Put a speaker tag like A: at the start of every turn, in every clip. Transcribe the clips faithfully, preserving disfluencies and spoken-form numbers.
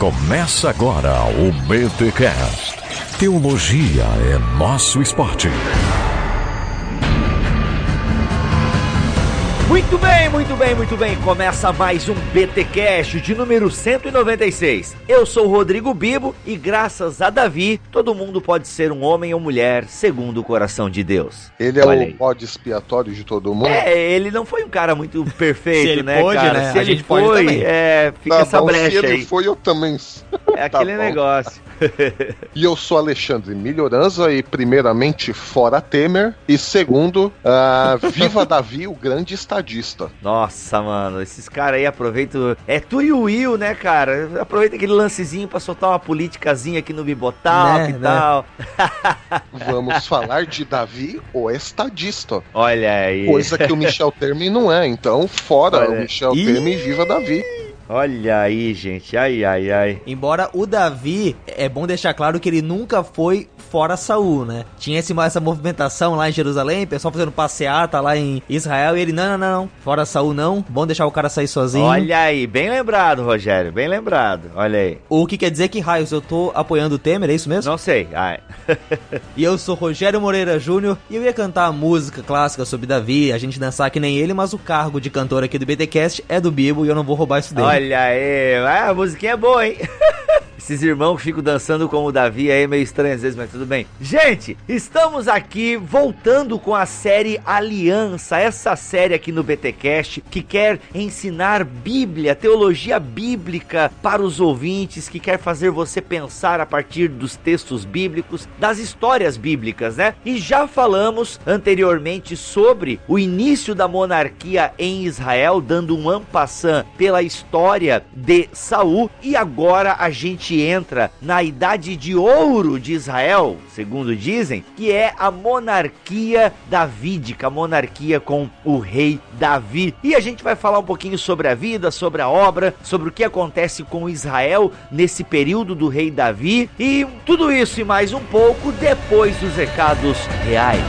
A: Começa agora o BTcast. Teologia é nosso esporte.
B: Muito bem, muito bem, muito bem. Começa mais um BTcast de número cento e noventa e seis. Eu sou o Rodrigo Bibo e graças a Davi, todo mundo pode ser um homem ou mulher segundo o coração de Deus.
C: Ele é Olha o aí. bode expiatório de todo mundo?
B: É, ele não foi um cara muito perfeito,
D: se ele
B: né,
D: pôde,
B: cara?
D: né?
B: Se
D: a
B: ele
D: gente
B: foi,
D: pode também.
B: É, fica
C: tá
B: essa
C: bom,
B: brecha
C: se
B: aí.
C: ele foi, eu também.
B: É aquele
C: tá
B: negócio.
C: E eu sou Alexandre Melhoranza e primeiramente, fora Temer, e segundo, uh, viva Davi, o grande estadista.
B: Nossa, mano, esses caras aí aproveitam, é tu e o Will, né, cara? Aproveita aquele lancezinho pra soltar uma politicazinha aqui no Bibotalk
D: né,
B: e tal.
C: Né? Vamos falar de Davi, o estadista.
B: Olha aí.
C: Coisa que o Michel Temer não é, então fora
B: Olha.
C: o Michel
B: Ih.
C: Temer e viva Davi.
B: Olha aí, gente, ai, ai, ai.
D: Embora o Davi, é bom deixar claro que ele nunca foi fora Saul, né? Tinha esse, essa movimentação lá em Jerusalém, pessoal fazendo passeata lá em Israel, e ele, não, não, não, não, fora Saul não, bom deixar o cara sair sozinho.
B: Olha aí, bem lembrado, Rogério, bem lembrado, olha aí.
D: O que quer dizer que, raios, eu tô apoiando o Temer, é isso mesmo?
B: Não sei, ai.
D: E eu sou Rogério Moreira Júnior, e eu ia cantar a música clássica sobre Davi, a gente dançar que nem ele, mas o cargo de cantor aqui do BTcast é do Bibo, e eu não vou roubar isso dele.
B: Olha aí, ah, a musiquinha é boa, hein? Esses irmãos que ficam dançando como o Davi aí é meio estranho às vezes, mas tudo bem. Gente, estamos aqui voltando com a série Aliança, essa série aqui no BTcast que quer ensinar Bíblia, teologia bíblica para os ouvintes, que quer fazer você pensar a partir dos textos bíblicos, das histórias bíblicas, né? E já falamos anteriormente sobre o início da monarquia em Israel, dando um en passant pela história de Saul, e agora a gente entra na idade de ouro de Israel, segundo dizem, que é a monarquia davídica, a monarquia com o rei Davi. E a gente vai falar um pouquinho sobre a vida, sobre a obra, sobre o que acontece com Israel nesse período do rei Davi, e tudo isso e mais um pouco depois dos recados reais.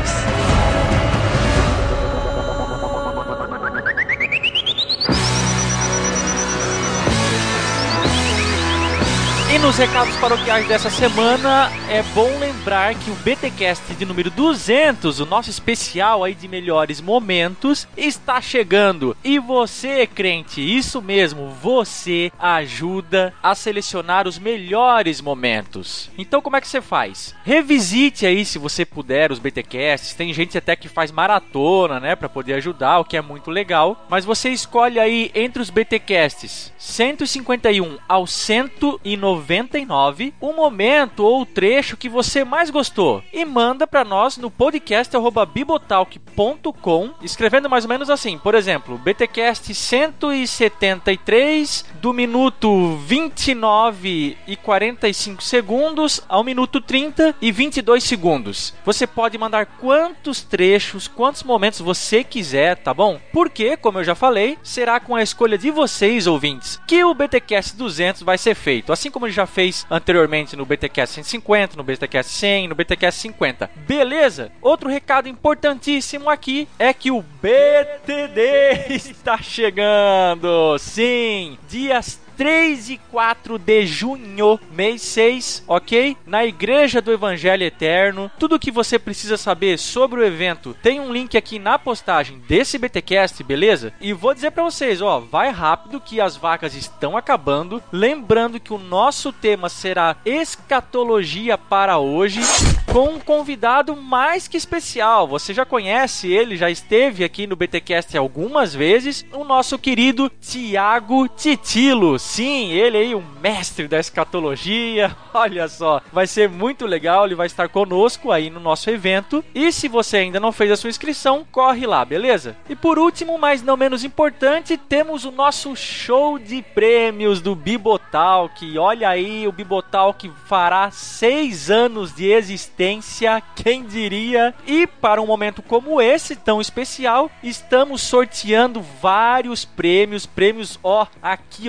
E: E nos recados paroquiais dessa semana, é bom lembrar que o BTcast de número duzentos, o nosso especial aí de melhores momentos, está chegando. E você, crente, isso mesmo, você ajuda a selecionar os melhores momentos. Então como é que você faz? Revisite aí, se você puder, os BTcasts. Tem gente até que faz maratona, né, para poder ajudar, o que é muito legal. Mas você escolhe aí entre os BTcasts cento e cinquenta e um ao cento e noventa e nove o momento ou trecho que você mais gostou e manda para nós no podcast arroba bibotalk ponto com, escrevendo mais ou menos assim, por exemplo, BTcast cento e setenta e três do minuto vinte e nove e quarenta e cinco segundos ao minuto trinta e vinte e dois segundos. Você pode mandar quantos trechos, quantos momentos você quiser, tá bom? Porque, como eu já falei, será com a escolha de vocês, ouvintes, que o BTcast duzentos vai ser feito, assim como ele já fez anteriormente no BTcast cento e cinquenta, no BTcast cem, no BTcast cinquenta. Beleza? Outro recado importantíssimo aqui é que o B T D está chegando. Sim, dias três e quatro de junho, mês seis, ok? Na Igreja do Evangelho Eterno. Tudo o que você precisa saber sobre o evento tem um link aqui na postagem desse BTcast, beleza? E vou dizer pra vocês, ó, vai rápido que as vacas estão acabando. Lembrando que o nosso tema será escatologia para hoje, com um convidado mais que especial. Você já conhece ele, já esteve aqui no BTcast algumas vezes, o nosso querido Tiago Titilo. Sim, ele aí, o mestre da escatologia. Olha só, vai ser muito legal, ele vai estar conosco aí no nosso evento. E se você ainda não fez a sua inscrição, corre lá, beleza? E por último, mas não menos importante, temos o nosso show de prêmios do Bibotalk. Olha aí, o Bibotalk fará seis anos de existência, quem diria? E para um momento como esse, tão especial, estamos sorteando vários prêmios, prêmios, ó, aqui ó, da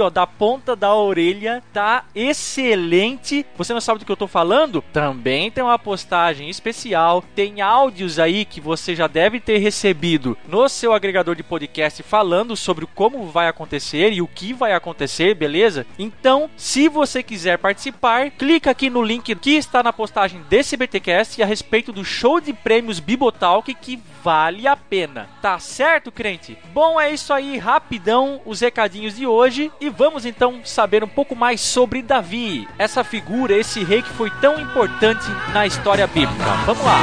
E: ponta da orelha, tá excelente. Você não sabe do que eu tô falando? Também tem uma postagem especial, tem áudios aí que você já deve ter recebido no seu agregador de podcast falando sobre como vai acontecer e o que vai acontecer, beleza? Então, se você quiser participar, clica aqui no link que está na postagem desse BTcast a respeito do show de prêmios Bibotalk, que vale a pena. Tá certo, crente? Bom, é isso aí, rapidão os recadinhos de hoje, e vamos então saber um pouco mais sobre Davi, essa figura, esse rei que foi tão importante na história bíblica. Vamos lá!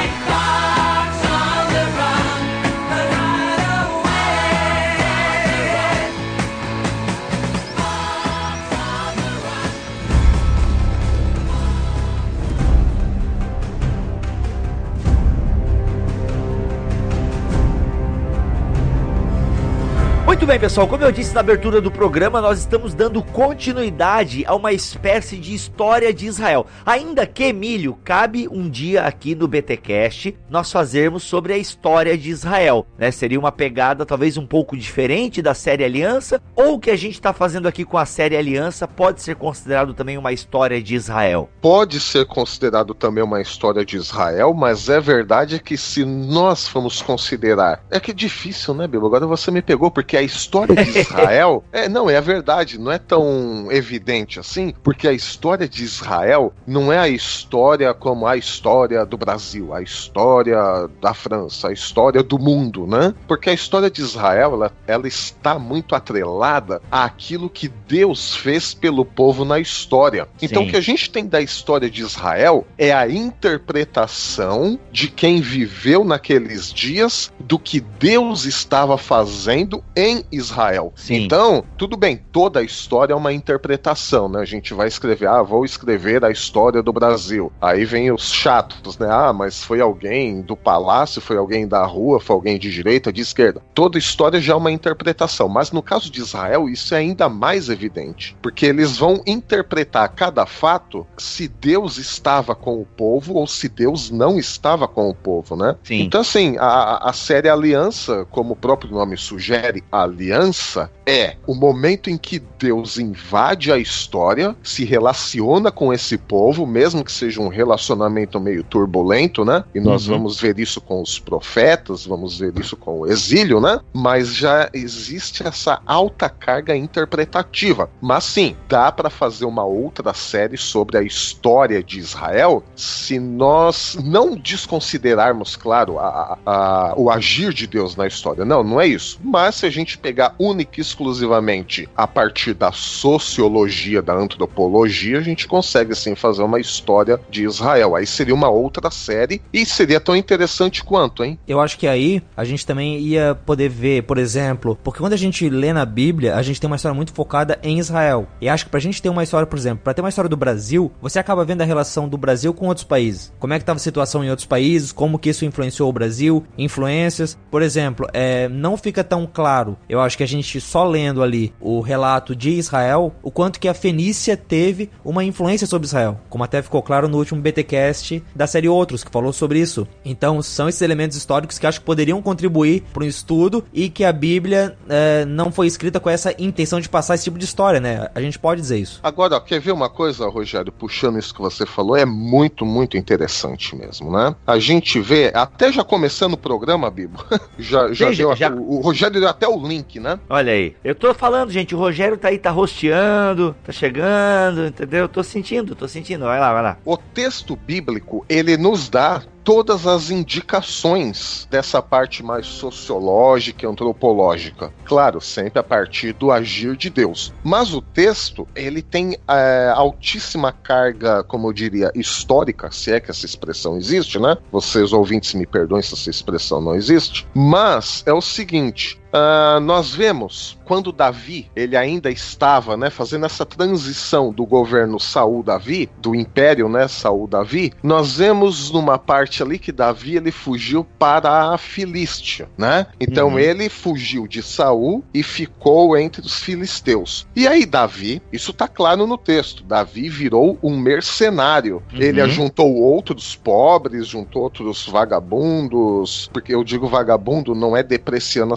B: Muito bem, pessoal, como eu disse na abertura do programa, nós estamos dando continuidade a uma espécie de história de Israel. Ainda que, Emílio, cabe um dia aqui no BTcast nós fazermos sobre a história de Israel, né? Seria uma pegada talvez um pouco diferente da série Aliança, ou o que a gente está fazendo aqui com a série Aliança pode ser considerado também uma história de Israel?
C: Pode ser considerado também uma história de Israel, mas é verdade que se nós formos considerar... É que é difícil, né, Bibo? Agora você me pegou, porque a história de Israel, é, não, é a verdade, não é tão evidente assim, porque a história de Israel não é a história como a história do Brasil, a história da França, a história do mundo, né? Porque a história de Israel, ela, ela está muito atrelada àquilo que Deus fez pelo povo na história. Então, Sim. o que a gente tem da história de Israel é a interpretação de quem viveu naqueles dias do que Deus estava fazendo em Israel. Sim. Então, tudo bem, toda a história é uma interpretação, né? A gente vai escrever, ah, vou escrever a história do Brasil. Aí vem os chatos, né? Ah, mas foi alguém do palácio, foi alguém da rua, foi alguém de direita, de esquerda. Toda história já é uma interpretação, mas no caso de Israel, isso é ainda mais evidente, porque eles vão interpretar cada fato se Deus estava com o povo ou se Deus não estava com o povo, né? Sim. Então, assim, a, a série Aliança, como o próprio nome sugere, a aliança é o momento em que Deus invade a história, se relaciona com esse povo, mesmo que seja um relacionamento meio turbulento, né? E nós uhum. vamos ver isso com os profetas, vamos ver isso com o exílio, né? Mas já existe essa alta carga interpretativa. Mas sim, dá para fazer uma outra série sobre a história de Israel, se nós não desconsiderarmos, claro, a, a, o agir de Deus na história. Não, não é isso. Mas se a gente pegar única e exclusivamente a partir da sociologia, da antropologia, a gente consegue sim fazer uma história de Israel. Aí seria uma outra série e seria tão interessante quanto, hein?
D: Eu acho que aí a gente também ia poder ver, por exemplo, porque quando a gente lê na Bíblia, a gente tem uma história muito focada em Israel. E acho que pra gente ter uma história, por exemplo, pra ter uma história do Brasil, você acaba vendo a relação do Brasil com outros países. Como é que estava a situação em outros países, como que isso influenciou o Brasil, influências. Por exemplo, é, não fica tão claro, eu acho que a gente só lendo ali o relato de Israel, o quanto que a Fenícia teve uma influência sobre Israel, como até ficou claro no último BTcast da série Outros, que falou sobre isso. Então são esses elementos históricos que acho que poderiam contribuir para um estudo e que a Bíblia é, não foi escrita com essa intenção de passar esse tipo de história, né? A gente pode dizer isso.
C: Agora, ó, quer ver uma coisa, Rogério, puxando isso que você falou, é muito, muito interessante mesmo, né? A gente vê, até já começando o programa, Bibo, já, já, Veja, deu, já... O, o Rogério deu até o link, né?
B: Olha aí, eu tô falando, gente, o Rogério tá aí, tá rosteando, tá chegando, entendeu? Tô sentindo, tô sentindo, vai lá, vai lá.
C: O texto bíblico, ele nos dá todas as indicações dessa parte mais sociológica e antropológica. Claro, sempre a partir do agir de Deus. Mas o texto, ele tem é, altíssima carga, como eu diria, histórica, se é que essa expressão existe, né? Vocês ouvintes me perdoem se essa expressão não existe. Mas é o seguinte... Uh, nós vemos quando Davi, ele ainda estava, né, fazendo essa transição do governo Saul-Davi, do império, né, Saul-Davi, nós vemos numa parte ali que Davi, ele fugiu para a Filístia, né? Então uhum. ele fugiu de Saul e ficou entre os filisteus. E aí Davi, isso tá claro no texto, Davi virou um mercenário. Uhum. Ele ajuntou outros pobres, juntou outros vagabundos, porque eu digo vagabundo não é depreciando as pessoas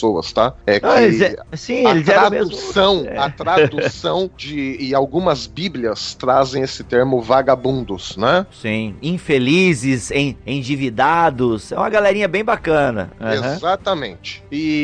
C: pessoas, tá? É que
B: Ah, eles é- sim,
C: a
B: eles eram mesmo-
C: tradução,
B: é.
C: a tradução de e algumas bíblias trazem esse termo vagabundos, né?
B: Sim, infelizes, en- endividados, é uma galerinha bem bacana. Aham.
C: Exatamente.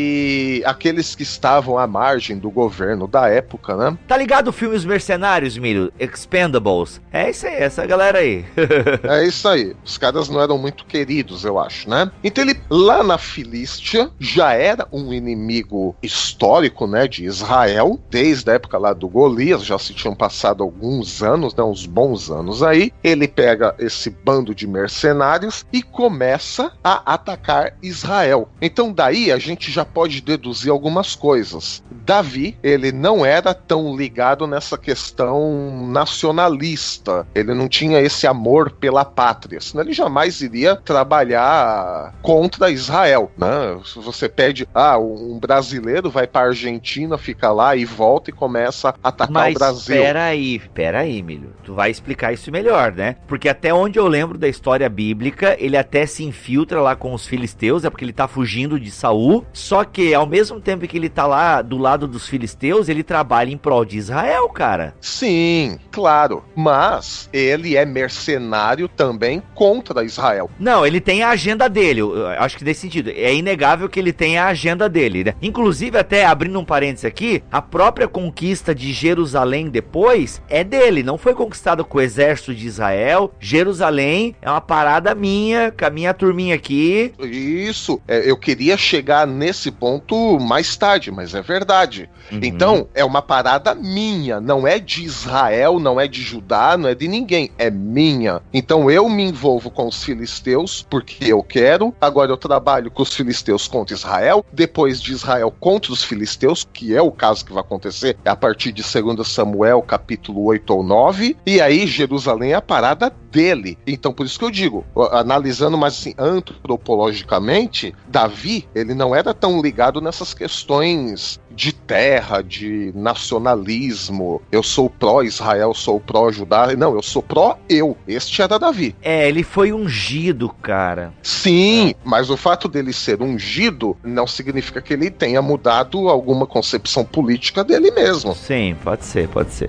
C: E aqueles que estavam à margem do governo da época, né?
B: Tá ligado o filme Os Mercenários, Milho? Expendables. É isso aí, essa galera aí.
C: É isso aí. Os caras não eram muito queridos, eu acho, né? Então ele, lá na Filístia, já era um inimigo histórico, né, de Israel, desde a época lá do Golias, já se tinham passado alguns anos, né, uns bons anos aí. Ele pega esse bando de mercenários e começa a atacar Israel. Então daí a gente já pode deduzir algumas coisas. Davi, ele não era tão ligado nessa questão nacionalista. Ele não tinha esse amor pela pátria, senão ele jamais iria trabalhar contra Israel, né? Se você pede, ah, um brasileiro vai pra Argentina, fica lá e volta e começa a atacar
B: Mas
C: o Brasil.
B: peraí, peraí, Milho. Tu vai explicar isso melhor, né? Porque até onde eu lembro da história bíblica, ele até se infiltra lá com os filisteus, é porque ele tá fugindo de Saul. Só que, ao mesmo tempo que ele tá lá do lado dos filisteus, ele trabalha em prol de Israel, cara.
C: Sim, claro. Mas ele é mercenário também contra Israel.
B: Não, ele tem a agenda dele, eu acho que nesse sentido. É inegável que ele tem a agenda dele, né? Inclusive, até abrindo um parênteses aqui, a própria conquista de Jerusalém depois é dele, não foi conquistada com o exército de Israel. Jerusalém é uma parada minha, com a minha turminha aqui.
C: Isso, é, eu queria chegar nesse ponto mais tarde, mas é verdade.
B: Uhum.
C: Então, é uma parada minha, não é de Israel, não é de Judá, não é de ninguém, é minha. Então eu me envolvo com os filisteus porque eu quero, agora eu trabalho com os filisteus contra Israel, depois de Israel contra os filisteus, que é o caso que vai acontecer a partir de dois Samuel, capítulo oito ou nove, e aí Jerusalém é a parada dele. Então por isso que eu digo, analisando mais assim, antropologicamente, Davi, ele não era tão ligado nessas questões de terra, de nacionalismo, eu sou pró-Israel, sou pró-Judá, não, eu sou pró-eu, este era Davi.
B: É, ele foi ungido, cara.
C: Sim, é. Mas o fato dele ser ungido não significa que ele tenha mudado alguma concepção política dele mesmo.
B: Sim, pode ser, pode ser.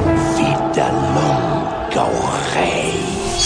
F: Vida longa ao rei.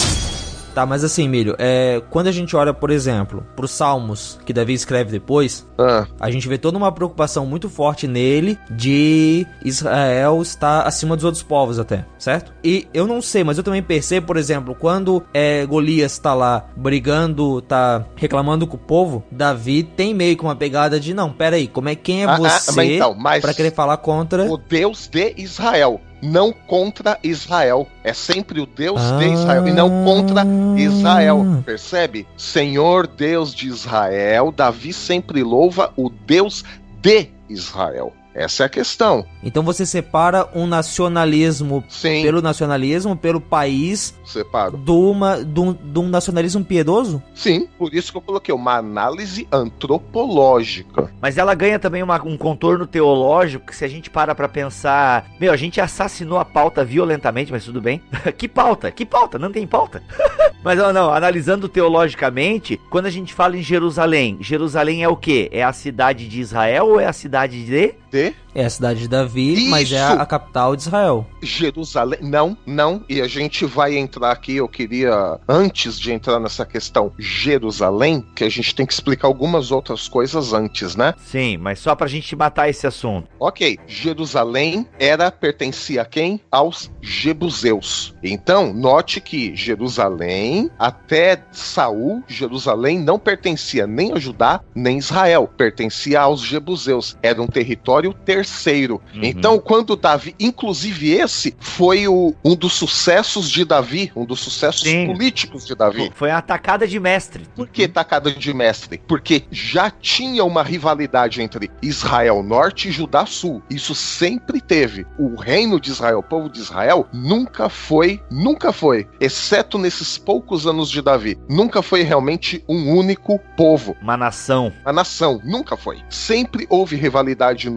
D: Tá, mas assim, Milho, é, quando a gente olha, por exemplo, pros Salmos que Davi escreve depois,
C: ah.
D: a gente vê toda uma preocupação muito forte nele de Israel estar acima dos outros povos até, certo? E eu não sei, mas eu também percebo, por exemplo, quando é, Golias tá lá brigando, tá reclamando com o povo, Davi tem meio que uma pegada de, não, pera aí, como é, quem é
C: ah,
D: você
C: ah, mas então, mas
D: pra querer falar contra...
C: o Deus de Israel. Não contra Israel. É sempre o Deus ah, de Israel e não contra Israel. Percebe? Senhor Deus de Israel, Davi sempre louva o Deus de Israel. Essa é a questão.
D: Então você separa um nacionalismo
C: Sim.
D: pelo nacionalismo, pelo país,
C: separo.
D: De, uma, de, um, de um nacionalismo piedoso?
C: Sim, por isso que eu coloquei uma análise antropológica.
B: Mas ela ganha também uma, um contorno teológico que se a gente para pra pensar... Meu, a gente assassinou a pauta violentamente, mas tudo bem. Que pauta? Que pauta? Não tem pauta. Mas não, não, analisando teologicamente, quando a gente fala em Jerusalém, Jerusalém é o quê? É a cidade de Israel ou é a cidade de...
C: de?
D: É a cidade de Davi,
C: Isso.
D: Mas é a, a capital de Israel.
C: Jerusalém, não, não, e a gente vai entrar aqui, eu queria, antes de entrar nessa questão Jerusalém, que a gente tem que explicar algumas outras coisas antes, né?
B: Sim, mas só pra gente matar esse assunto.
C: Ok, Jerusalém era, pertencia a quem? Aos jebuseus. Então, note que Jerusalém, até Saul, Jerusalém não pertencia nem a Judá, nem Israel, pertencia aos jebuseus, era um território terceiro. Uhum. Então, quando Davi, inclusive esse foi o, um dos sucessos de Davi, um dos sucessos Sim. políticos de Davi.
B: Foi uma atacada de mestre.
C: Por que atacada de mestre? Porque já tinha uma rivalidade entre Israel Norte e Judá Sul. Isso sempre teve. O reino de Israel, o povo de Israel, nunca foi, nunca foi, exceto nesses poucos anos de Davi, nunca foi realmente um único povo.
B: Uma nação.
C: A nação, nunca foi. Sempre houve rivalidade norte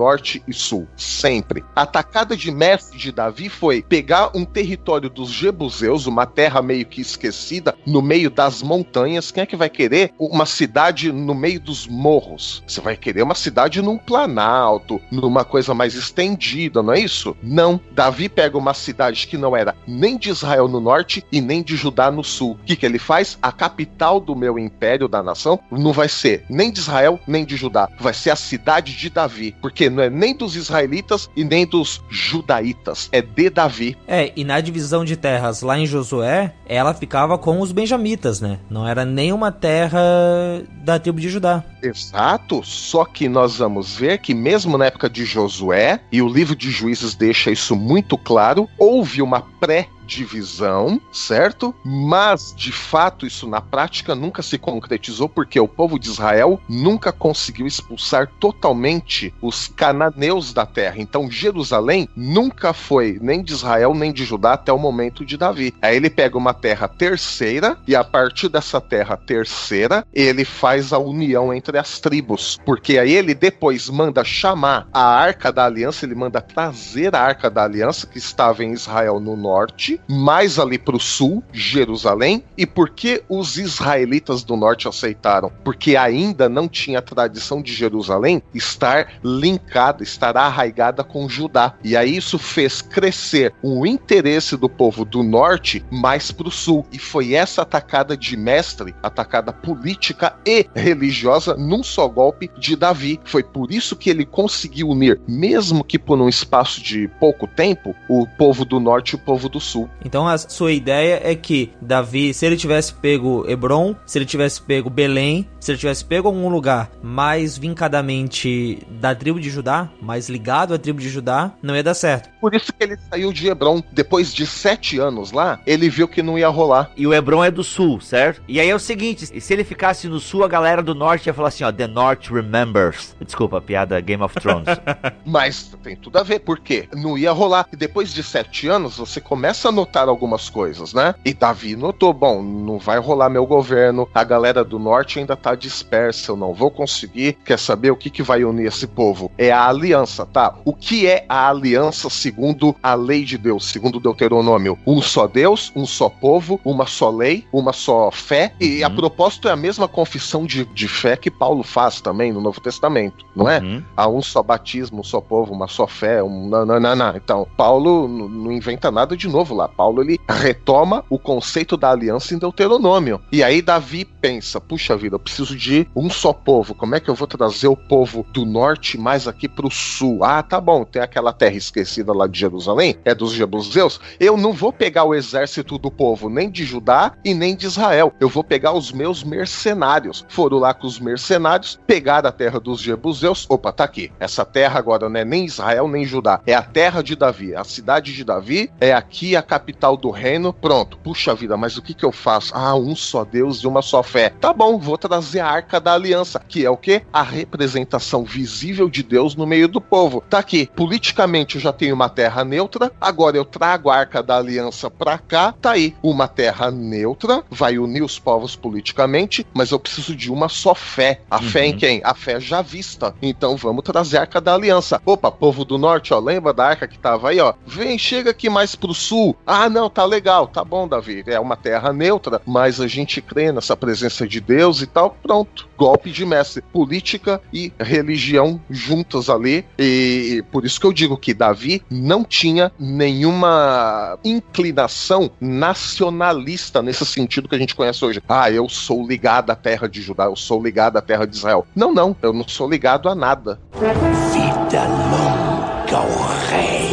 C: norte e sul, sempre. A atacada de mestre de Davi foi pegar um território dos jebuseus, uma terra meio que esquecida, no meio das montanhas. Quem é que vai querer uma cidade no meio dos morros? Você vai querer uma cidade num planalto, numa coisa mais estendida, não é isso? Não. Davi pega uma cidade que não era nem de Israel no norte e nem de Judá no sul. O que que ele faz? A capital do meu império, da nação, não vai ser nem de Israel, nem de Judá. Vai ser a cidade de Davi. Porque não é nem dos israelitas e nem dos judaítas. É de Davi.
D: É, e na divisão de terras lá em Josué, ela ficava com os benjamitas, né? Não era nenhuma terra da tribo de Judá.
C: Exato, só que nós vamos ver que mesmo na época de Josué, e o livro de Juízes deixa isso muito claro, houve uma pré divisão, certo? Mas, de fato, isso na prática nunca se concretizou, porque o povo de Israel nunca conseguiu expulsar totalmente os cananeus da terra. Então, Jerusalém nunca foi nem de Israel, nem de Judá até o momento de Davi. Aí ele pega uma terra terceira, e a partir dessa terra terceira, ele faz a união entre as tribos. Porque aí ele depois manda chamar a Arca da Aliança, ele manda trazer a Arca da Aliança, que estava em Israel no norte, mais ali para o sul, Jerusalém. E por que os israelitas do norte aceitaram? Porque ainda não tinha a tradição de Jerusalém estar linkada, estar arraigada com Judá. E aí isso fez crescer o interesse do povo do norte mais para o sul. E foi essa atacada de mestre, atacada política e religiosa num só golpe de Davi. Foi por isso que ele conseguiu unir, mesmo que por um espaço de pouco tempo, o povo do norte e o povo do sul.
D: Então a sua ideia é que Davi, se ele tivesse pego Hebron, se ele tivesse pego Belém, se ele tivesse pego algum lugar mais vincadamente da tribo de Judá, mais ligado à tribo de Judá, não ia dar certo.
C: Por isso que ele saiu de Hebron. Depois de sete anos lá, ele viu que não ia rolar.
B: E o Hebron é do sul, certo? E aí é o seguinte, se ele ficasse no sul, a galera do norte ia falar assim, ó, The North remembers. Desculpa, piada Game of Thrones.
C: Mas tem tudo a ver, por quê? Não ia rolar. E depois de sete anos, você começa a notar algumas coisas, né? E Davi notou, bom, não vai rolar meu governo, a galera do norte ainda tá dispersa, eu não vou conseguir. Quer saber o que que vai unir esse povo? É a aliança, tá? O que é a aliança segundo a lei de Deus, segundo Deuteronômio? Um só Deus, um só povo, uma só lei, uma só fé. E a propósito é a mesma confissão de, de fé que Paulo faz também no Novo Testamento, não é? Uhum. Há um só batismo, um só povo, uma só fé, um não, não, não, não. Então, Paulo não inventa nada de novo lá. Paulo, ele retoma o conceito da aliança em Deuteronômio. E aí Davi pensa, puxa vida, eu preciso de um só povo. Como é que eu vou trazer o povo do norte mais aqui pro sul? Ah, tá bom, tem aquela terra esquecida lá de Jerusalém, é dos jebuseus. Eu não vou pegar o exército do povo, nem de Judá e nem de Israel. Eu vou pegar os meus mercenários. Foram lá com os mercenários, pegaram a terra dos jebuseus. Opa, tá aqui. Essa terra agora não é nem Israel, nem Judá. É a terra de Davi, a cidade de Davi. É aqui a capital do reino. Pronto. Puxa vida, mas o que que eu faço? Ah, um só Deus e uma só fé. Tá bom, vou trazer a Arca da Aliança, que é o quê? A representação visível de Deus no meio do povo. Tá aqui. Politicamente eu já tenho uma terra neutra, agora eu trago a Arca da Aliança pra cá. Tá aí. Uma terra neutra, vai unir os povos politicamente, mas eu preciso de uma só fé. A uhum. fé em quem? A fé já vista. Então vamos trazer a Arca da Aliança. Opa, povo do norte, ó, lembra da arca que tava aí, ó? Vem, chega aqui mais pro sul. Ah, não, tá legal, tá bom, Davi. É uma terra neutra, mas a gente crê nessa presença de Deus e tal. Pronto. Golpe de mestre. Política e religião juntas ali. E por isso que eu digo que Davi não tinha nenhuma inclinação nacionalista nesse sentido que a gente conhece hoje. Ah, eu sou ligado à terra de Judá, eu sou ligado à terra de Israel. Não, não, eu não sou ligado a nada.
F: Vida longa ao rei.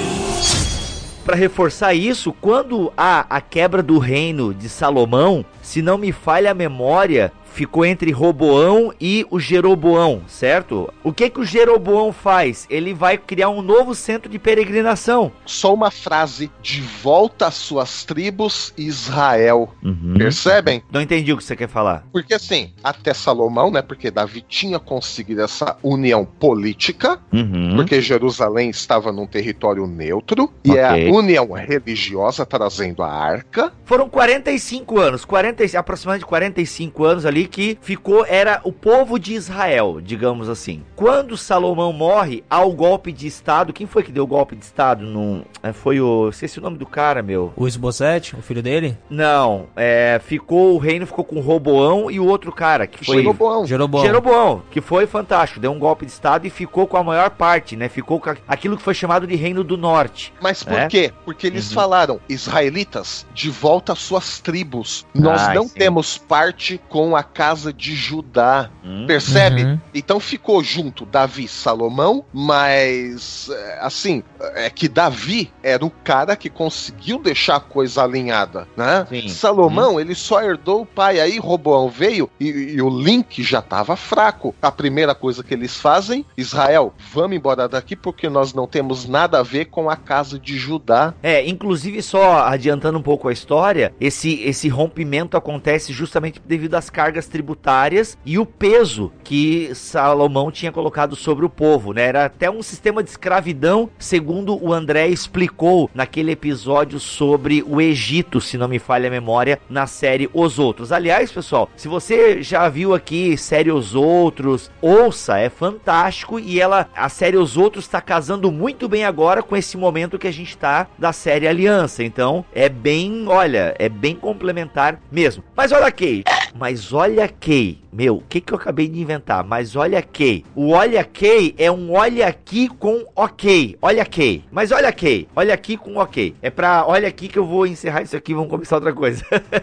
B: Para reforçar isso, quando há a quebra do reino de Salomão, se não me falha a memória, ficou entre Roboão e o Jeroboão, certo? O que que o Jeroboão faz? Ele vai criar um novo centro de peregrinação.
C: Só uma frase: de volta às suas tribos, Israel. Uhum. Percebem?
B: Não entendi o que você quer falar.
C: Porque assim, até Salomão, né? Porque Davi tinha conseguido essa união política, uhum. porque Jerusalém estava num território neutro, okay. e a união religiosa trazendo a arca.
B: Foram quarenta e cinco anos, quarenta, aproximadamente quarenta e cinco anos ali, que ficou, era o povo de Israel, digamos assim. Quando Salomão morre, há o golpe de estado. Quem foi que deu o golpe de estado? Num, foi o... esqueci o nome do cara, meu.
D: O Esbozete, o filho dele?
B: Não, é, ficou, o reino ficou com Roboão e o outro cara, que foi...
C: Jeroboão.
D: Jeroboão.
B: Jeroboão, que foi fantástico, deu um golpe de estado e ficou com a maior parte, né? Ficou com aquilo que foi chamado de Reino do Norte.
C: Mas por
B: É?
C: quê? Porque eles
B: Uhum.
C: falaram, israelitas, de volta às suas tribos. Nós
B: Ai,
C: não
B: sim.
C: temos parte com a casa de Judá.
B: Hum.
C: Percebe?
D: Uhum.
C: Então ficou junto Davi e Salomão, mas é, assim, é que Davi era o cara que conseguiu deixar a coisa alinhada, né?
B: Sim.
C: Salomão, ele só herdou o pai, aí Roboão veio e, e o link já estava fraco. A primeira coisa que eles fazem, Israel, vamos embora daqui porque nós não temos nada a ver com a casa de Judá.
B: É, inclusive só adiantando um pouco a história, esse, esse rompimento acontece justamente devido às cargas tributárias e o peso que Salomão tinha colocado sobre o povo, né? Era até um sistema de escravidão, segundo o André explicou naquele episódio sobre o Egito, se não me falha a memória, na série Os Outros. Aliás, pessoal, se você já viu aqui série Os Outros, ouça, é fantástico e ela, a série Os Outros está casando muito bem agora com esse momento que a gente tá da série Aliança, então é bem, olha, é bem complementar mesmo. Mas olha aqui, mas olha aqui, meu, o que que eu acabei de inventar? Mas olha aqui, o olha aqui é um olha aqui com ok, olha aqui, mas olha aqui, olha aqui com ok, é pra, olha aqui que eu vou encerrar isso aqui, vamos começar outra coisa.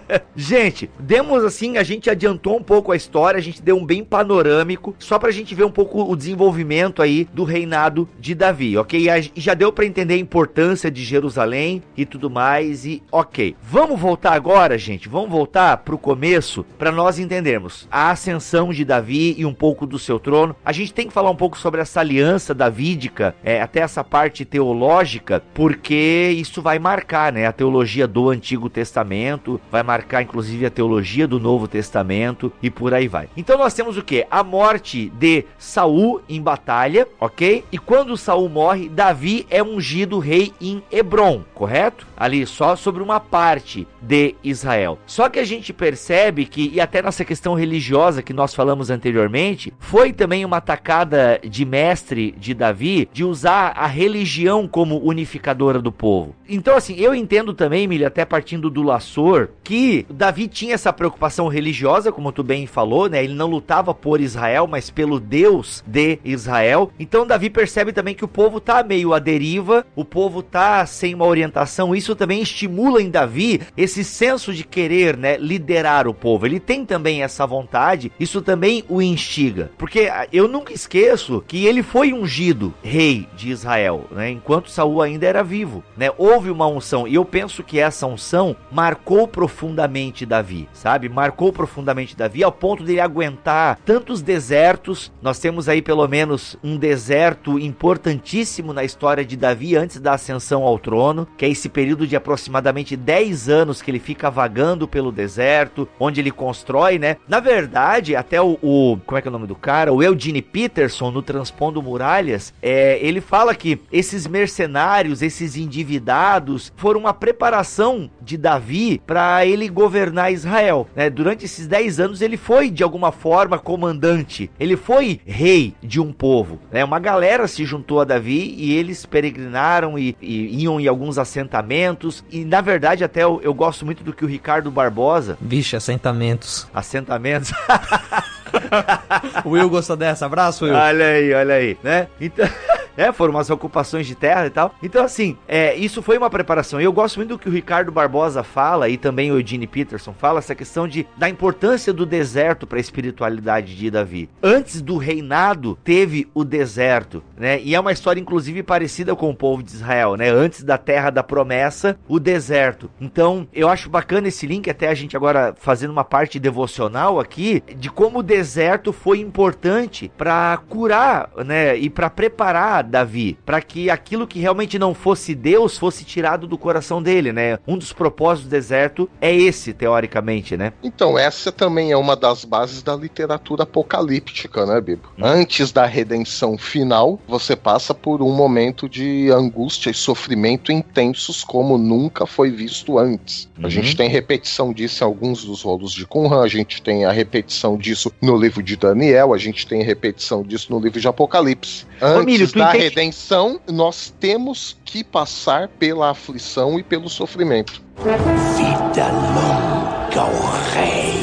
B: Gente, demos assim, a gente adiantou um pouco a história, a gente deu um bem panorâmico, só pra gente ver um pouco o desenvolvimento aí do reinado de Davi, ok? E já deu pra entender a importância de Jerusalém e tudo mais, e ok. Vamos voltar agora, gente, vamos voltar pro começo pra nós entendermos a ascensão de Davi e um pouco do seu trono. A gente tem que falar um pouco sobre essa aliança davídica, é, até essa parte teológica, porque isso vai marcar, né, a teologia do Antigo Testamento, vai marcar inclusive a teologia do Novo Testamento e por aí vai. Então nós temos o que? A morte de Saul em batalha, ok? E quando Saul morre, Davi é ungido rei em Hebrom, correto? Ali só sobre uma parte de Israel. Só que a gente percebe que, e até nessa questão religiosa que nós falamos anteriormente, foi também uma tacada de mestre de Davi de usar a religião como unificadora do povo. Então assim, eu entendo também, Emílio, até partindo do Lassor, que Davi tinha essa preocupação religiosa, como tu bem falou, né? Ele não lutava por Israel, mas pelo Deus de Israel. Então Davi percebe também que o povo tá meio à deriva, o povo tá sem uma orientação. Isso também estimula em Davi esse senso de querer, né, liderar o povo. Ele tem também essa vontade, isso também o instiga. Porque eu nunca esqueço que ele foi ungido rei de Israel, né, enquanto Saul ainda era vivo, né? Houve uma unção, e eu penso que essa unção marcou profundamente Davi, sabe? Marcou profundamente Davi ao ponto de ele aguentar tantos desertos. Nós temos aí pelo menos um deserto importantíssimo na história de Davi antes da ascensão ao trono, que é esse período de aproximadamente dez anos que ele fica vagando pelo deserto, onde ele constrói, né? Na verdade, até o, o como é que é o nome do cara? O Eugene Peterson, no Transpondo Muralhas, é, ele fala que esses mercenários, esses endividados, foram uma preparação de Davi para ele governar Israel, né? Durante esses dez anos ele foi, de alguma forma, comandante, ele foi rei de um povo, né? Uma galera se juntou a Davi e eles peregrinaram e, e iam em alguns assentamentos, e na verdade até eu, eu gosto muito do que o Ricardo Barbosa...
D: Vixe, assentamentos.
B: Assentamentos...
D: O Will gostou dessa, abraço, Will.
B: Olha aí, olha aí, né? Então... É, foram umas ocupações de terra e tal. Então, assim, é, isso foi uma preparação. E eu gosto muito do que o Ricardo Barbosa fala, e também o Eugene Peterson fala, essa questão de, da importância do deserto para a espiritualidade de Davi. Antes do reinado, teve o deserto, né? E é uma história, inclusive, parecida com o povo de Israel, né? Antes da terra da promessa, o deserto. Então, eu acho bacana esse link, até a gente agora fazendo uma parte devocional aqui, de como o deserto foi importante para curar, né? E para preparar Davi? Para que aquilo que realmente não fosse Deus fosse tirado do coração dele, né? Um dos propósitos do deserto é esse, teoricamente, né?
C: Então, essa também é uma das bases da literatura apocalíptica, né, Bibo? Hum. Antes da redenção final, você passa por um momento de angústia e sofrimento intensos como nunca foi visto antes. Uhum. A gente tem repetição disso em alguns dos rolos de Qumran, a gente tem a repetição disso no livro de Daniel, a gente tem a repetição disso no livro de Apocalipse. Antes Ô, Milho, da entende... redenção, nós temos que passar pela aflição e pelo sofrimento.
F: Vida longa ao rei.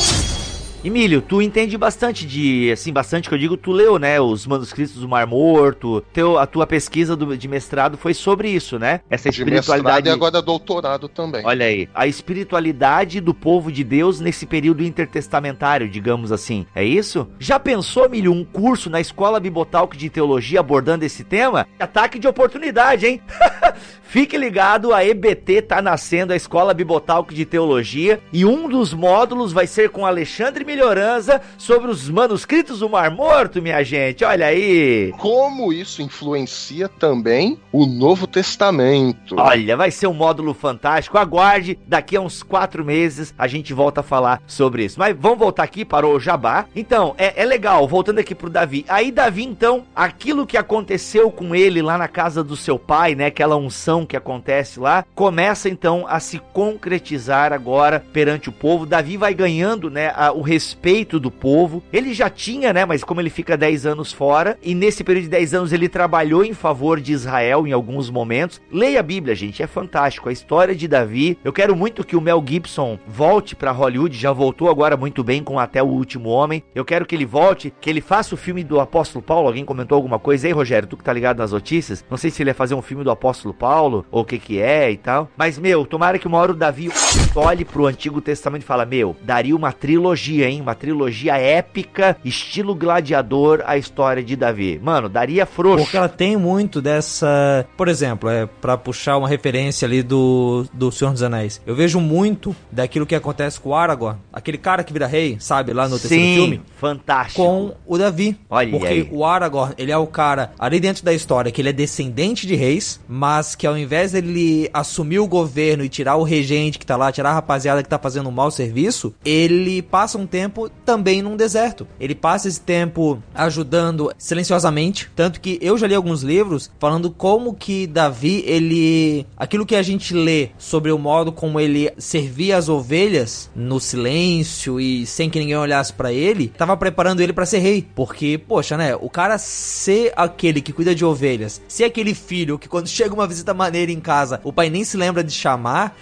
B: Emílio, tu entende bastante de, assim, bastante que eu digo, tu leu, né, os manuscritos do Mar Morto, teu, a tua pesquisa do, de mestrado foi sobre isso, né? Essa espiritualidade... De mestrado
C: e agora doutorado também.
B: Olha aí, a espiritualidade do povo de Deus nesse período intertestamentário, digamos assim, é isso? Já pensou, Emílio, um curso na Escola Bibotalk de Teologia abordando esse tema? Ataque de oportunidade, hein? Fique ligado, a E B T tá nascendo, a Escola Bibotalk de Teologia, e um dos módulos vai ser com Alexandre Melhoranza sobre os manuscritos do Mar Morto, minha gente, olha aí.
C: Como isso influencia também o Novo Testamento.
B: Olha, vai ser um módulo fantástico, aguarde, daqui a uns quatro meses a gente volta a falar sobre isso. Mas vamos voltar aqui para o Jabá. Então, é, é legal, voltando aqui pro Davi. Aí Davi, então, aquilo que aconteceu com ele lá na casa do seu pai, né, aquela unção que acontece lá, começa então a se concretizar agora perante o povo. Davi vai ganhando, né, a, o respeito do povo. Ele já tinha, né, mas como ele fica dez anos fora, e nesse período de dez anos ele trabalhou em favor de Israel em alguns momentos. Leia a Bíblia, gente, é fantástico, a história de Davi. Eu quero muito que o Mel Gibson volte pra Hollywood, já voltou agora muito bem com Até o Último Homem. Eu quero que ele volte, que ele faça o filme do Apóstolo Paulo. Alguém comentou alguma coisa aí, Rogério? Tu que tá ligado nas notícias? Não sei se ele ia fazer um filme do Apóstolo Paulo, ou o que que é e tal. Mas, meu, tomara que uma hora o Davi olhe pro Antigo Testamento e fala, meu, daria uma trilogia, hein? Uma trilogia épica, estilo gladiador, a história de Davi. Mano, daria frouxo.
D: Porque ela tem muito dessa... Por exemplo, é pra puxar uma referência ali do, do Senhor dos Anéis. Eu vejo muito daquilo que acontece com o Aragorn, aquele cara que vira rei, sabe? Lá no terceiro
B: Sim,
D: filme.
B: Fantástico.
D: Com o Davi.
B: Olha
D: Porque
B: aí.
D: o Aragorn, ele é o cara, ali dentro da história, que ele é descendente de reis, mas que ao invés dele assumir o governo e tirar o regente que tá lá, tirar a rapaziada que tá fazendo um mau serviço, ele passa um tempo também num deserto. Ele passa esse tempo ajudando silenciosamente, tanto que eu já li alguns livros falando como que Davi, ele... aquilo que a gente lê sobre o modo como ele servia as ovelhas no silêncio e sem que ninguém olhasse pra ele, tava preparando ele pra ser rei. Porque, poxa, né, o cara ser aquele que cuida de ovelhas, ser aquele filho que quando chega uma visita maneira em casa, o pai nem se lembra de chamar,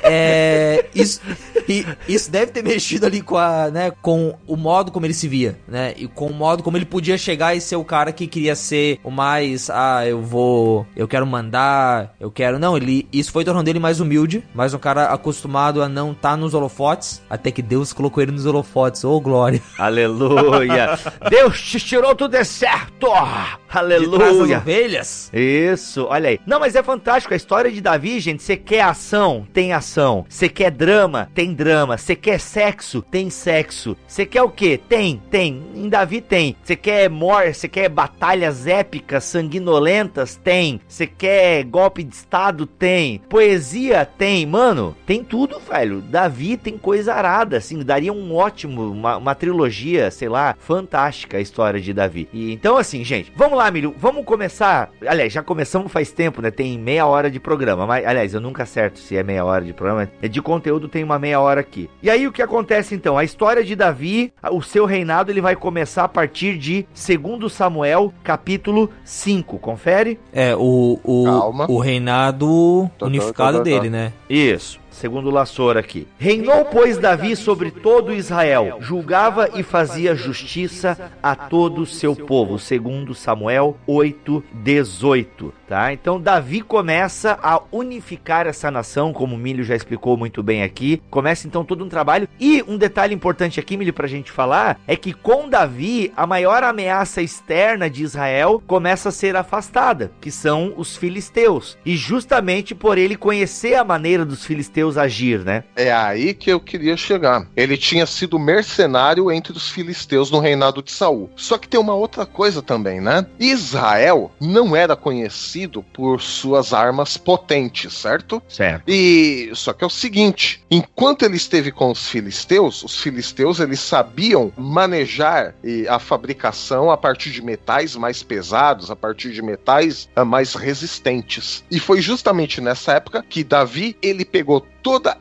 D: é... isso, e, isso deve ter mexido ali com a, né, com o modo como ele se via, né, e com o modo como ele podia chegar e ser o cara que queria ser o mais, ah, eu vou, eu quero mandar, eu quero, não, ele, isso foi tornando ele mais humilde, mais um cara acostumado a não estar tá nos holofotes, até que Deus colocou ele nos holofotes, ô glória.
B: Aleluia. Deus te tirou do deserto. Aleluia.
D: De trás das ovelhas.
B: Isso, olha aí. Não, mas é fantástico, a história de Davi, gente, você quer ação, tem ação. Você quer drama, tem drama. Você quer sexo, tem sexo. Você quer o quê? Tem, tem. Em Davi tem. Você quer morte, você quer batalhas épicas, sanguinolentas? Tem. Você quer golpe de estado? Tem. Poesia? Tem. Mano, tem tudo, velho. Davi tem coisa arada, assim, daria um ótimo, uma, uma trilogia, sei lá, fantástica a história de Davi. E então, assim, gente, vamos lá, Milho, vamos começar. Aliás, já começamos faz tempo, né? Tem meia hora de programa, mas, aliás, eu nunca acerto se é meia hora de programa. De conteúdo tem uma meia hora aqui. E aí, o que acontece, então? A história de Davi, o seu reinado, ele vai começar a partir de segundo Samuel, capítulo cinco. Confere?
D: É, o, o, o reinado unificado tá, tá, tá, tá. dele, né?
B: Isso. Segundo o Lassor aqui. Reinou, pois, Davi sobre todo Israel, julgava e fazia justiça a todo o seu povo. Segundo Samuel oito, dezoito. tá? Então Davi começa a unificar essa nação, como o Milho já explicou muito bem aqui. Começa então todo um trabalho. E um detalhe importante aqui, Milho, pra gente falar, é que com Davi, a maior ameaça externa de Israel começa a ser afastada, que são os filisteus. E justamente por ele conhecer a maneira dos filisteus agir, né?
C: É aí que eu queria chegar. Ele tinha sido mercenário entre os filisteus no reinado de Saul. Só que tem uma outra coisa também, né? Israel não era conhecido por suas armas potentes, certo?
B: Certo.
C: E só que é o seguinte, enquanto ele esteve com os filisteus, os filisteus eles sabiam manejar e, a fabricação a partir de metais mais pesados, a partir de metais a, mais resistentes. E foi justamente nessa época que Davi, ele pegou toda a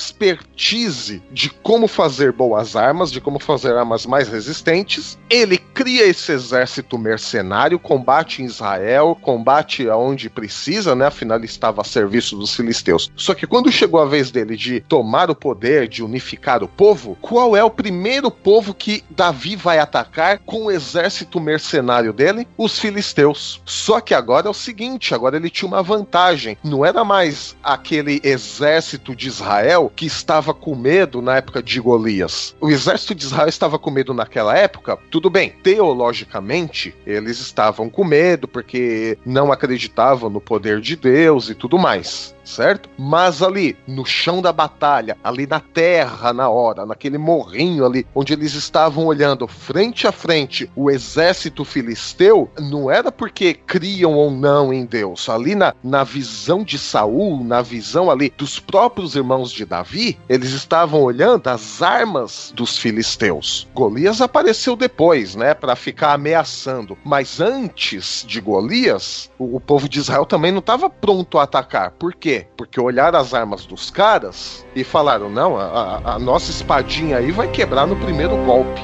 C: expertise de como fazer boas armas, de como fazer armas mais resistentes. Ele cria esse exército mercenário, combate em Israel, combate aonde precisa, né? Afinal, ele estava a serviço dos filisteus. Só que quando chegou a vez dele de tomar o poder, de unificar o povo, qual é o primeiro povo que Davi vai atacar com o exército mercenário dele? Os filisteus. Só que agora é o seguinte, agora ele tinha uma vantagem. Não era mais aquele exército de Israel que estava com medo na época de Golias. O exército de Israel estava com medo naquela época, tudo bem, teologicamente eles estavam com medo porque não acreditavam no poder de Deus e tudo mais, certo? Mas ali, no chão da batalha, ali na terra, na hora, naquele morrinho ali, onde eles estavam olhando frente a frente o exército filisteu, não era porque criam ou não em Deus. Ali na, na visão de Saul, na visão ali dos próprios irmãos de Davi, eles estavam olhando as armas dos filisteus. Golias apareceu depois, né, para ficar ameaçando. Mas antes de Golias, o, o povo de Israel também não estava pronto a atacar. Por quê? Porque olharam as armas dos caras e falaram, não, a, a nossa espadinha aí vai quebrar no primeiro golpe.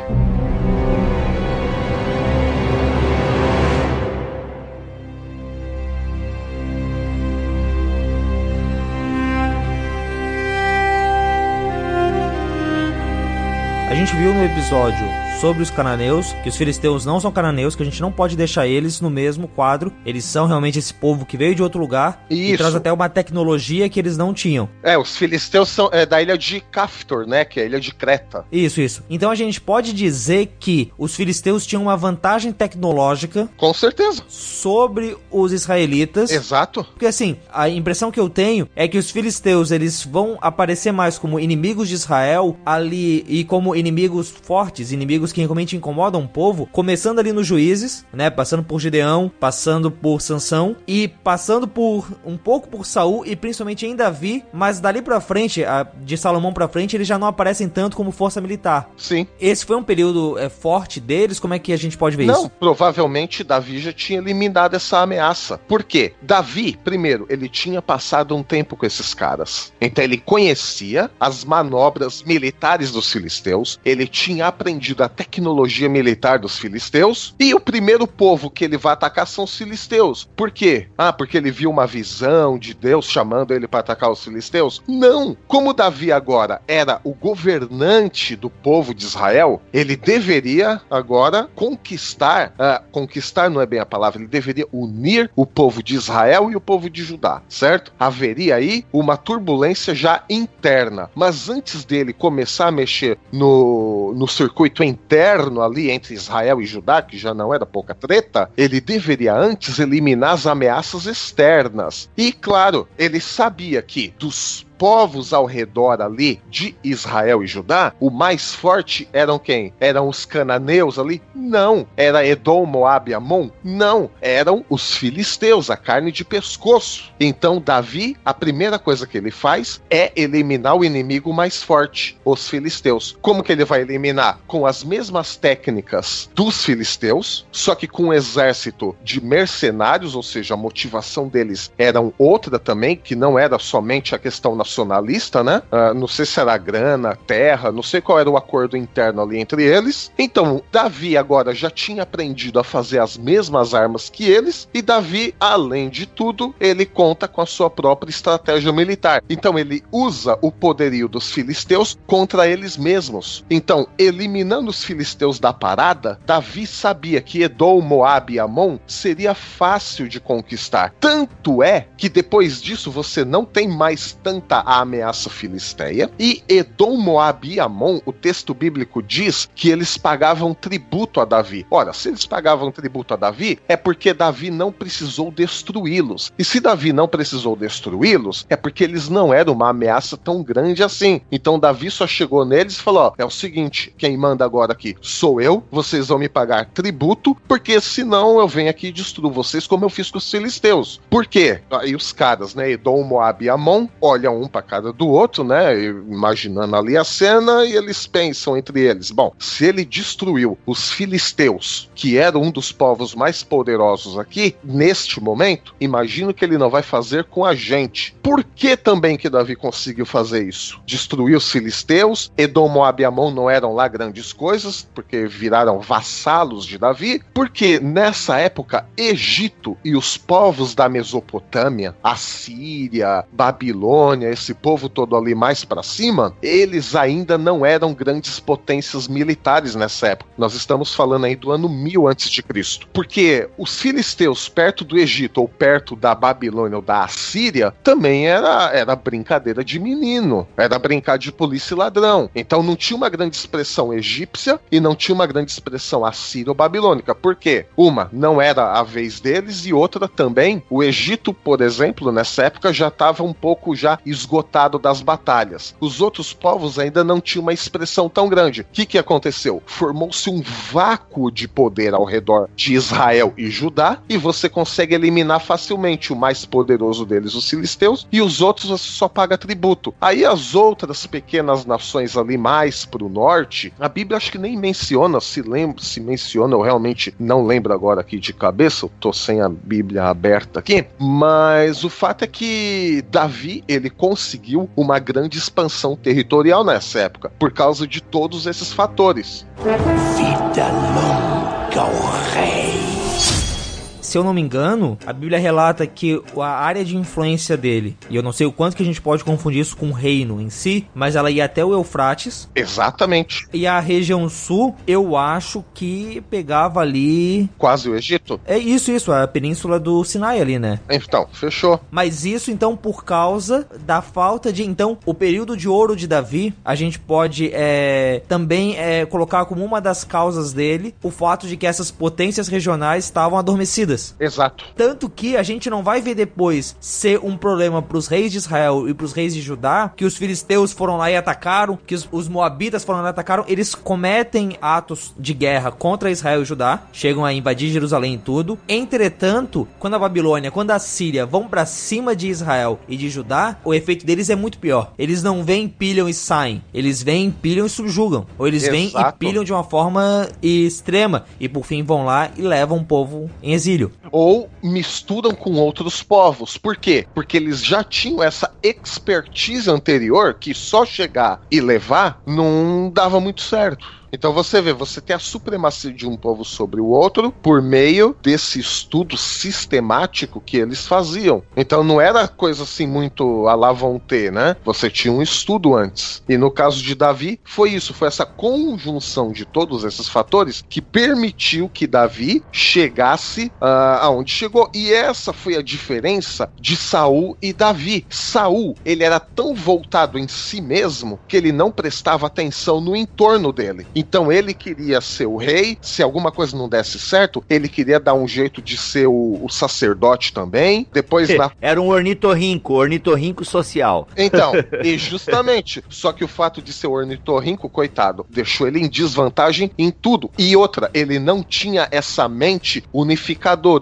D: A gente viu no episódio sobre os cananeus, que os filisteus não são cananeus, que a gente não pode deixar eles no mesmo quadro. Eles são realmente esse povo que veio de outro lugar.
C: Isso.
D: E traz até uma tecnologia que eles não tinham.
C: É, os filisteus são é, da ilha de Caftor, né, que é a ilha de Creta.
D: Isso, isso. Então a gente pode dizer que os filisteus tinham uma vantagem tecnológica.
C: Com certeza.
D: Sobre os israelitas.
C: Exato.
D: Porque assim, a impressão que eu tenho é que os filisteus, eles vão aparecer mais como inimigos de Israel ali e como inimigos fortes, inimigos que realmente incomodam o povo, começando ali nos Juízes, né, passando por Gideão, passando por Sansão e passando por um pouco por Saul e principalmente em Davi, mas dali pra frente, a, de Salomão pra frente, eles já não aparecem tanto como força militar.
C: Sim.
D: Esse foi um período é, forte deles, como é que a gente pode ver
C: não,
D: isso?
C: Não, provavelmente Davi já tinha eliminado essa ameaça. Por quê? Davi, primeiro, ele tinha passado um tempo com esses caras. Então ele conhecia as manobras militares dos filisteus, ele tinha aprendido a tecnologia militar dos filisteus, e o primeiro povo que ele vai atacar são os filisteus. Por quê? Ah, porque ele viu uma visão de Deus chamando ele para atacar os filisteus? Não! Como Davi agora era o governante do povo de Israel, ele deveria agora conquistar, ah, conquistar não é bem a palavra, ele deveria unir o povo de Israel e o povo de Judá, certo? Haveria aí uma turbulência já interna, mas antes dele começar a mexer no, no circuito interno ali entre Israel e Judá, que já não era pouca treta, ele deveria antes eliminar as ameaças externas. E claro, ele sabia que dos povos ao redor ali de Israel e Judá, o mais forte eram quem? Eram os cananeus ali? Não. Era Edom, Moab e Amon? Não. Eram os filisteus, a carne de pescoço. Então Davi, a primeira coisa que ele faz é eliminar o inimigo mais forte, os filisteus. Como que ele vai eliminar? Com as mesmas técnicas dos filisteus, só que com um exército de mercenários, ou seja, a motivação deles era outra também, que não era somente a questão nacional nacionalista, né? Uh, não sei se era grana, terra, não sei qual era o acordo interno ali entre eles. Então, Davi agora já tinha aprendido a fazer as mesmas armas que eles, e Davi, além de tudo, ele conta com a sua própria estratégia militar. Então, ele usa o poderio dos filisteus contra eles mesmos. Então, eliminando os filisteus da parada, Davi sabia que Edom, Moabe e Amon seria fácil de conquistar. Tanto é que depois disso você não tem mais tanta ameaça filisteia, e Edom, Moabe e Amon, o texto bíblico diz que eles pagavam tributo a Davi. Ora, se eles pagavam tributo a Davi, é porque Davi não precisou destruí-los. E se Davi não precisou destruí-los, é porque eles não eram uma ameaça tão grande assim. Então Davi só chegou neles e falou, ó, é o seguinte, quem manda agora aqui sou eu, vocês vão me pagar tributo, porque senão eu venho aqui e destruo vocês como eu fiz com os filisteus. Por quê? Aí os caras, né, Edom, Moabe e Amon, olham um pra cara do outro, né, imaginando ali a cena, e eles pensam entre eles, bom, se ele destruiu os filisteus, que era um dos povos mais poderosos aqui, neste momento, imagino que ele não vai fazer com a gente. Por que também que Davi conseguiu fazer isso? Destruir os filisteus, Edom, Moabe e Amon não eram lá grandes coisas, porque viraram vassalos de Davi, porque nessa época, Egito e os povos da Mesopotâmia, Assíria, Babilônia, esse povo todo ali mais pra cima, eles ainda não eram grandes potências militares nessa época. Nós estamos falando aí do ano mil antes de Cristo. Porque os filisteus perto do Egito ou perto da Babilônia ou da Assíria também era, era brincadeira de menino. Era brincar de polícia e ladrão. Então não tinha uma grande expressão egípcia e não tinha uma grande expressão assíria ou babilônica. Por quê? Uma, não era a vez deles, e outra também, o Egito, por exemplo, nessa época já estava um pouco já esgotado das batalhas. Os outros povos ainda não tinham uma expressão tão grande. O que que aconteceu? Formou-se um vácuo de poder ao redor de Israel e Judá, e você consegue eliminar facilmente o mais poderoso deles, os filisteus, e os outros você só paga tributo. Aí as outras pequenas nações ali mais pro norte, a Bíblia acho que nem menciona, se lembra, se menciona, eu realmente não lembro agora aqui de cabeça, eu tô sem a Bíblia aberta aqui, mas o fato é que Davi, ele conseguiu uma grande expansão territorial nessa época, por causa de todos esses fatores.
F: Vida longa ao rei.
D: Se eu não me engano, a Bíblia relata que a área de influência dele, e eu não sei o quanto que a gente pode confundir isso com o reino em si, mas ela ia até o Eufrates.
C: Exatamente.
D: E a região sul, eu acho que pegava ali...
C: Quase o Egito?
D: É isso, isso, a península do Sinai ali, né?
C: Então, fechou.
D: Mas isso, então, por causa da falta de... Então, o período de ouro de Davi, a gente pode é, também é, colocar como uma das causas dele o fato de que essas potências regionais estavam adormecidas.
C: Exato.
D: Tanto que a gente não vai ver depois ser um problema pros reis de Israel e pros reis de Judá, que os filisteus foram lá e atacaram, que os, os moabitas foram lá e atacaram. Eles cometem atos de guerra contra Israel e Judá, chegam a invadir Jerusalém e tudo. Entretanto, quando a Babilônia, quando a Síria vão pra cima de Israel e de Judá, o efeito deles é muito pior. Eles não vêm, pilham e saem. Eles vêm, pilham e subjugam. Ou eles vêm e pilham de uma forma extrema e por fim vão lá e levam o povo em exílio.
C: Ou misturam com outros povos. Por quê? Porque eles já tinham essa expertise anterior que só chegar e levar não dava muito certo. Então você vê, você tem a supremacia de um povo sobre o outro por meio desse estudo sistemático que eles faziam. Então não era coisa assim muito à la vontade, né? Você tinha um estudo antes. E no caso de Davi, foi isso, foi essa conjunção de todos esses fatores que permitiu que Davi chegasse uh, aonde chegou. E essa foi a diferença de Saul e Davi. Saul, ele era tão voltado em si mesmo que ele não prestava atenção no entorno dele. Então ele queria ser o rei, se alguma coisa não desse certo, ele queria dar um jeito de ser o, o sacerdote também. Depois na...
B: Era um ornitorrinco, ornitorrinco social.
C: Então, e justamente, só que o fato de ser ornitorrinco, coitado, deixou ele em desvantagem em tudo. E outra, ele não tinha essa mente unificadora. O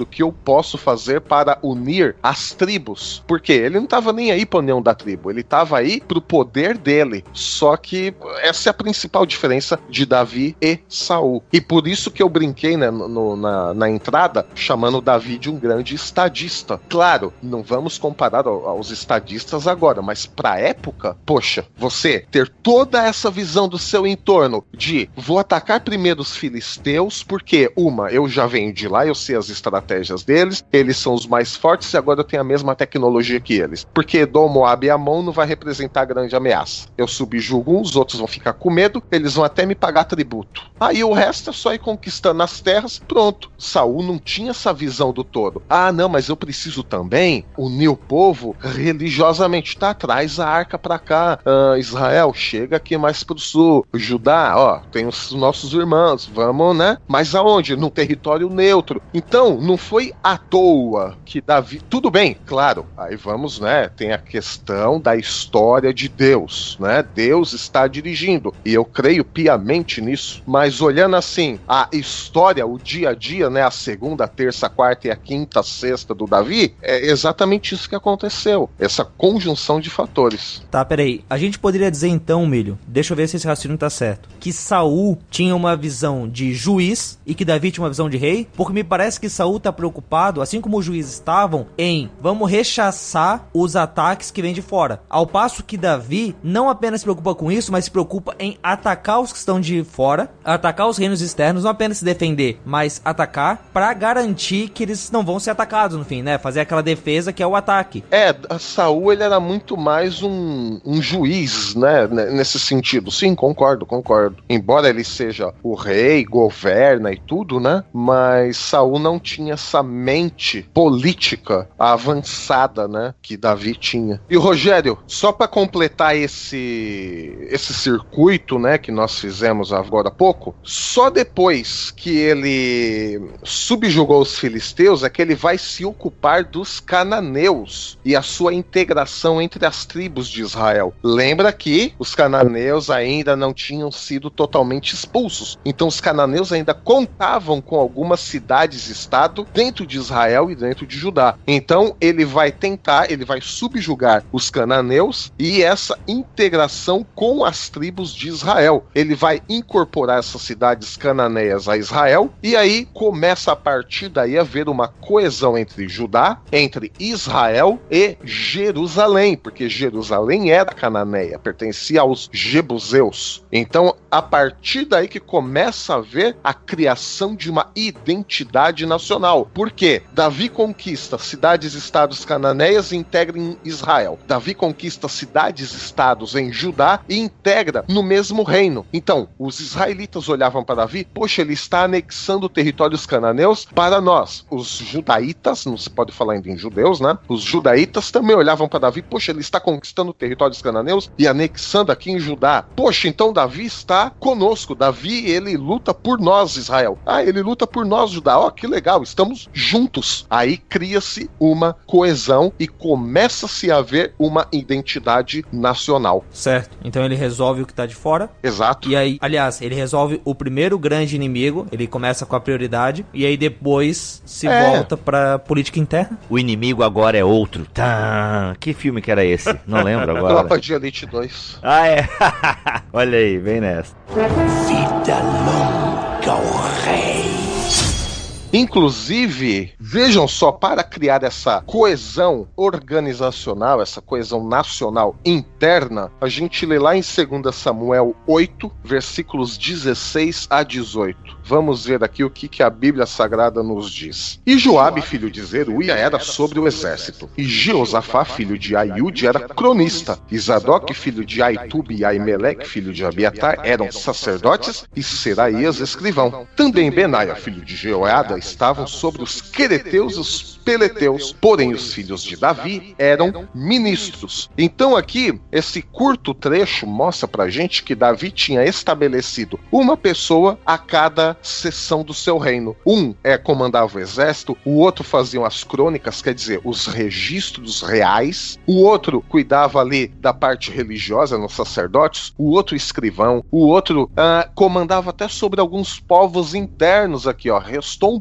C: que eu posso fazer para unir as tribos. Porque ele não estava nem aí para a união da tribo, ele estava aí pro poder dele. Só que essa é a principal diferença de Davi e Saul. E por isso que eu brinquei, né, no, na, na entrada, chamando Davi de um grande estadista. Claro, não vamos comparar ao, aos estadistas agora, mas pra época, poxa, você ter toda essa visão do seu entorno de vou atacar primeiro os filisteus, porque uma, eu já venho de lá, eu sei as estratégias deles, eles são os mais fortes e agora eu tenho a mesma tecnologia que eles. Porque Edom, Moab e Amon não vai representar grande ameaça. Eu subjugo um, os outros vão ficar com medo, eles vão até me pagar tributo. Aí o resto é só ir conquistando as terras, pronto. Saul não tinha essa visão do todo. Ah, não, mas eu preciso também unir o povo religiosamente. Tá, traz a arca pra cá. Ah, Israel, chega aqui mais pro sul. Judá, ó, tem os nossos irmãos, vamos, né? Mas aonde? No território neutro. Então, não foi à toa que Davi... Tudo bem, claro, aí vamos, né? Tem a questão da história de Deus, né? Deus está dirigindo, e eu creio piamente nisso, mas olhando assim, a história, o dia a dia, né? A segunda, a terça, a quarta e a quinta, a sexta do Davi, é exatamente isso que aconteceu, essa conjunção de fatores.
D: Tá, peraí, a gente poderia dizer então, Milho, deixa eu ver se esse raciocínio tá certo, que Saul tinha uma visão de juiz e que Davi tinha uma visão de rei, porque me parece que Saul tá preocupado, assim como os juízes estavam, em vamos rechaçar os ataques que vêm de fora, ao passo que Davi não apenas se preocupa com isso, mas se preocupa em atacar os que estão de fora, atacar os reinos externos, não apenas se defender, mas atacar pra garantir que eles não vão ser atacados no fim, né? Fazer aquela defesa que é o ataque.
C: É, Saul, ele era muito mais um, um juiz, né? Nesse sentido. Sim, concordo, concordo. Embora ele seja o rei, governa e tudo, né? Mas Saul não tinha essa mente política avançada, né? Que Davi tinha. E o Rogério, só pra completar esse, esse circuito, né? Que nós fizemos agora há pouco, só depois que ele subjugou os filisteus é que ele vai se ocupar dos cananeus e a sua integração entre as tribos de Israel. Lembra que os cananeus ainda não tinham sido totalmente expulsos, então os cananeus ainda contavam com algumas cidades-estado dentro de Israel e dentro de Judá. Então ele vai tentar, ele vai subjugar os cananeus e essa integração com as tribos de Israel. Ele vai incorporar essas cidades cananeias a Israel e aí começa a partir daí a haver uma coesão entre Judá, entre Israel e Jerusalém, porque Jerusalém era cananeia, pertencia aos jebuseus. Então, a partir daí que começa a haver a criação de uma identidade nacional. Por quê? Davi conquista cidades-estados cananeias e integra em Israel. Davi conquista cidades-estados em Judá e integra no mesmo reino. Então, os israelitas olhavam para Davi, poxa, ele está anexando territórios cananeus para nós. Os judaítas, não se pode falar ainda em judeus, né? Os judaítas também olhavam para Davi, poxa, ele está conquistando territórios cananeus e anexando aqui em Judá. Poxa, então Davi está conosco. Davi, ele luta por nós, Israel. Ah, ele luta por nós, Judá. Ó, oh, que legal, estamos juntos. Aí cria-se uma coesão e começa-se a haver uma identidade nacional.
D: Certo. Então ele resolve o que tá de fora.
C: Exato.
D: E aí, aliás, ele resolve o primeiro grande inimigo, ele começa com a prioridade, e aí depois se
C: É.
D: volta pra política interna.
B: O inimigo agora é outro. Tá. Que filme que era esse? Não lembro agora.
C: Tropa de Elite dois.
B: Ah, é. Olha aí, vem nessa.
F: Vida longa ao rei.
C: Inclusive, vejam só, para criar essa coesão organizacional, essa coesão nacional interna, a gente lê lá em dois Samuel oito, versículos dezesseis a dezoito. Vamos ver aqui o que, que a Bíblia Sagrada nos diz. E Joabe, filho de Zeruia, era sobre o exército. E Jeosafá, filho de Aiude, era cronista. E Zadok, filho de Aitube, e Aimeleque, filho de Abiatar, eram sacerdotes, e Seraías, escrivão. Também Benaia, filho de Jeoiada, estavam sobre os quereteus e os peleteus, porém os filhos de Davi eram ministros. Então aqui, esse curto trecho mostra pra gente que Davi tinha estabelecido uma pessoa a cada seção do seu reino. Um é comandava o exército, o outro fazia as crônicas, quer dizer, os registros reais, o outro cuidava ali da parte religiosa, nos sacerdotes, o outro escrivão, o outro ah, comandava até sobre alguns povos internos aqui, ó. Restou um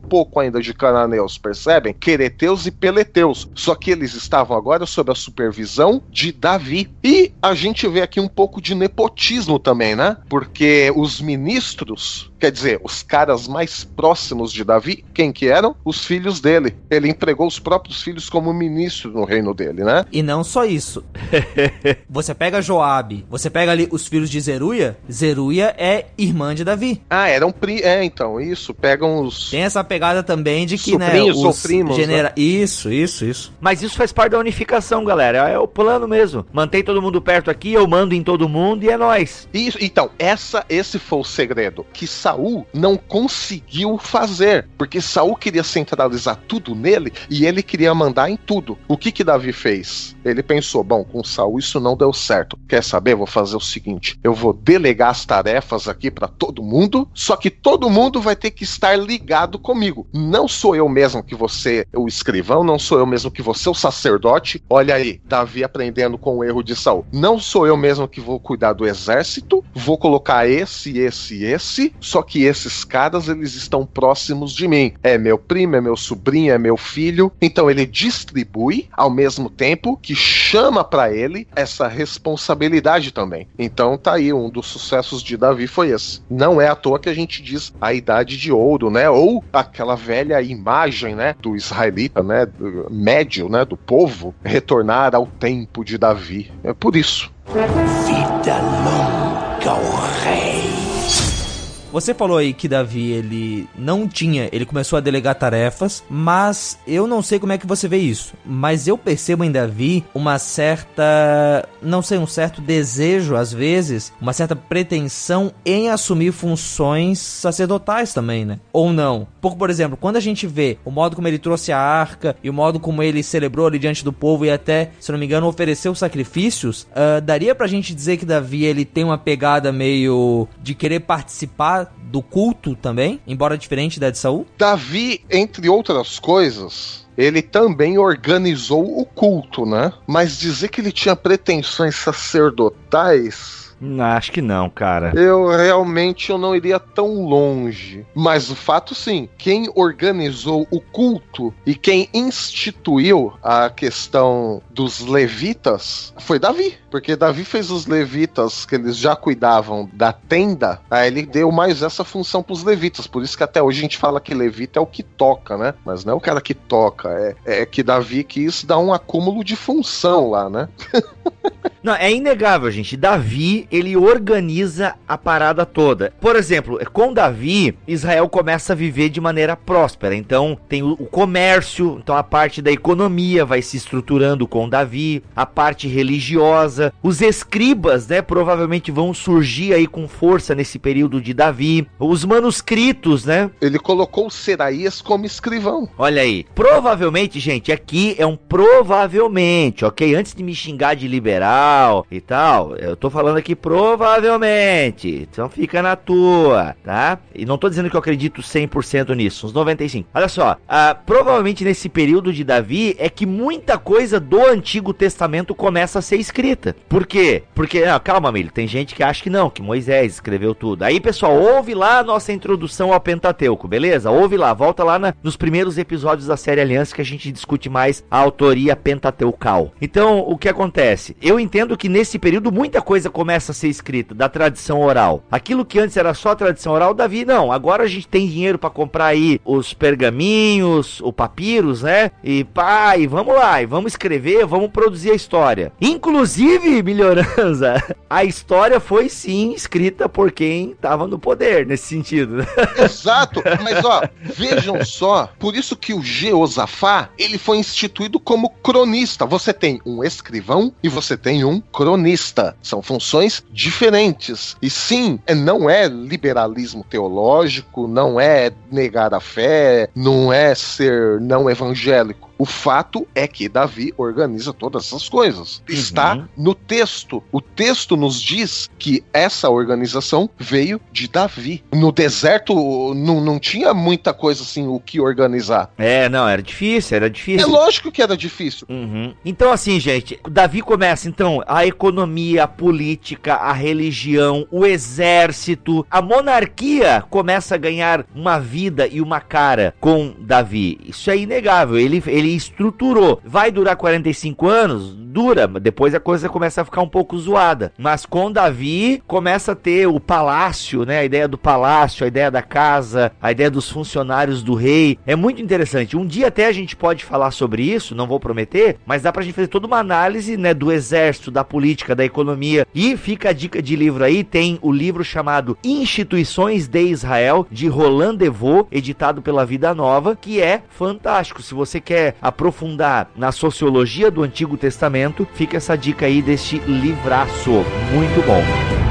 C: pouco ainda de cananeus, percebem? Quereteus e peleteus. Só que eles estavam agora sob a supervisão de Davi. E a gente vê aqui um pouco de nepotismo também, né? Porque os ministros, quer dizer, os caras mais próximos de Davi, quem que eram? Os filhos dele. Ele empregou os próprios filhos como ministro no reino dele, né?
D: E não só isso. Você pega Joabe, você pega ali os filhos de Zeruia, Zeruia é irmã de Davi.
C: Ah, eram pri... É, então, isso, pegam os...
D: Tem essa pegada também de que, né,
C: Sobrinhos ou
D: os
C: primos,
D: genera...
C: né?
D: Isso, isso, isso.
B: Mas isso faz parte da unificação, galera. É o plano mesmo. Mantém todo mundo perto aqui, eu mando em todo mundo e é nóis.
C: Isso, então, essa, esse foi o segredo que Saul não conseguiu fazer, porque Saul queria centralizar tudo nele e ele queria mandar em tudo. O que que Davi fez? Ele pensou, bom, com Saul isso não deu certo. Quer saber? Vou fazer o seguinte, eu vou delegar as tarefas aqui pra todo mundo, só que todo mundo vai ter que estar ligado comigo. Não sou eu mesmo que você, o escrivão, não sou eu mesmo que você, o sacerdote. Olha aí, Davi aprendendo com o erro de Saul. Não sou eu mesmo que vou cuidar do exército, vou colocar esse, esse e esse, só que esses caras, eles estão próximos de mim. É meu primo, é meu sobrinho, é meu filho. Então ele distribui, ao mesmo tempo que chama pra ele essa responsabilidade também. Então tá aí, um dos sucessos de Davi foi esse. Não é à toa que a gente diz a idade de ouro, né? Ou aquela velha imagem, né, do israelita, né, do médio, né, do povo, retornar ao tempo de Davi. É por isso.
F: Vida longa ao rei.
D: Você falou aí que Davi, ele não tinha, ele começou a delegar tarefas, mas eu não sei como é que você vê isso, mas eu percebo em Davi uma certa, não sei, um certo desejo às vezes, uma certa pretensão em assumir funções sacerdotais também, né? Ou não? Porque, por exemplo, quando a gente vê o modo como ele trouxe a arca e o modo como ele celebrou ali diante do povo e até, se não me engano, ofereceu sacrifícios, uh, daria pra gente dizer que Davi, ele tem uma pegada meio de querer participar do culto também, embora diferente da de Saul?
C: Davi, entre outras coisas, ele também organizou o culto, né? Mas dizer que ele tinha pretensões sacerdotais...
B: Acho que não, cara.
C: Eu realmente eu não iria tão longe. Mas o fato sim, quem organizou o culto e quem instituiu a questão dos levitas foi Davi. Porque Davi fez os levitas, que eles já cuidavam da tenda, aí ele deu mais essa função pros levitas. Por isso que até hoje a gente fala que levita é o que toca, né? Mas não é o cara que toca, é, é que Davi quis dar um acúmulo de função lá, né?
B: Não, é inegável, gente. Davi, ele organiza a parada toda. Por exemplo, com Davi, Israel começa a viver de maneira próspera. Então, tem o, o comércio, então a parte da economia vai se estruturando com Davi, a parte religiosa, os escribas, né, provavelmente vão surgir aí com força nesse período de Davi, os manuscritos, né?
C: Ele colocou o Seraías como escrivão.
B: Olha aí. Provavelmente, gente, aqui é um provavelmente, ok? Antes de me xingar de liberal e tal, eu tô falando aqui provavelmente, então fica na tua, tá? E não tô dizendo que eu acredito cem por cento nisso, uns noventa e cinco por cento. Olha só, ah, provavelmente nesse período de Davi é que muita coisa do Antigo Testamento começa a ser escrita. Por quê? Porque, não, calma, amigo, tem gente que acha que não, que Moisés escreveu tudo. Aí, pessoal, ouve lá a nossa introdução ao Pentateuco, beleza? Ouve lá, volta lá na, nos primeiros episódios da série Aliança que a gente discute mais a autoria pentateucal. Então, o que acontece? Eu entendo que nesse período muita coisa começa a ser escrita da tradição oral. Aquilo que antes era só tradição oral, Davi, não, agora a gente tem dinheiro pra comprar aí os pergaminhos, o papiros, né? E pá, e vamos lá, e vamos escrever, vamos produzir a história. Inclusive, Melhoranza, a história foi sim escrita por quem tava no poder, nesse sentido.
C: Exato, mas ó, vejam só, por isso que o Jeosafá, ele foi instituído como cronista. Você tem um escrivão e você tem um cronista. São funções diferentes. E sim, não é liberalismo teológico, não é negar a fé, não é ser não evangélico. O fato é que Davi organiza todas essas coisas. Uhum. Está no texto. O texto nos diz que essa organização veio de Davi. No deserto não, não tinha muita coisa assim o que organizar.
B: É, não, era difícil, era difícil.
C: É lógico que era difícil.
B: Uhum. Então assim, gente, Davi começa então a economia, a política, a religião, o exército, a monarquia começa a ganhar uma vida e uma cara com Davi. Isso é inegável, ele, ele estruturou. Vai durar quarenta e cinco anos? Dura, depois a coisa começa a ficar um pouco zoada. Mas com Davi começa a ter o palácio, né? A ideia do palácio, a ideia da casa, a ideia dos funcionários do rei. É muito interessante. Um dia até a gente pode falar sobre isso, não vou prometer, mas dá pra gente fazer toda uma análise, né, do exército, da política, da economia. E fica a dica de livro aí, tem o livro chamado Instituições de Israel, de Roland Devaux, editado pela Vida Nova, que é fantástico. Se você quer aprofundar na sociologia do Antigo Testamento, fica essa dica aí deste livraço. Muito bom.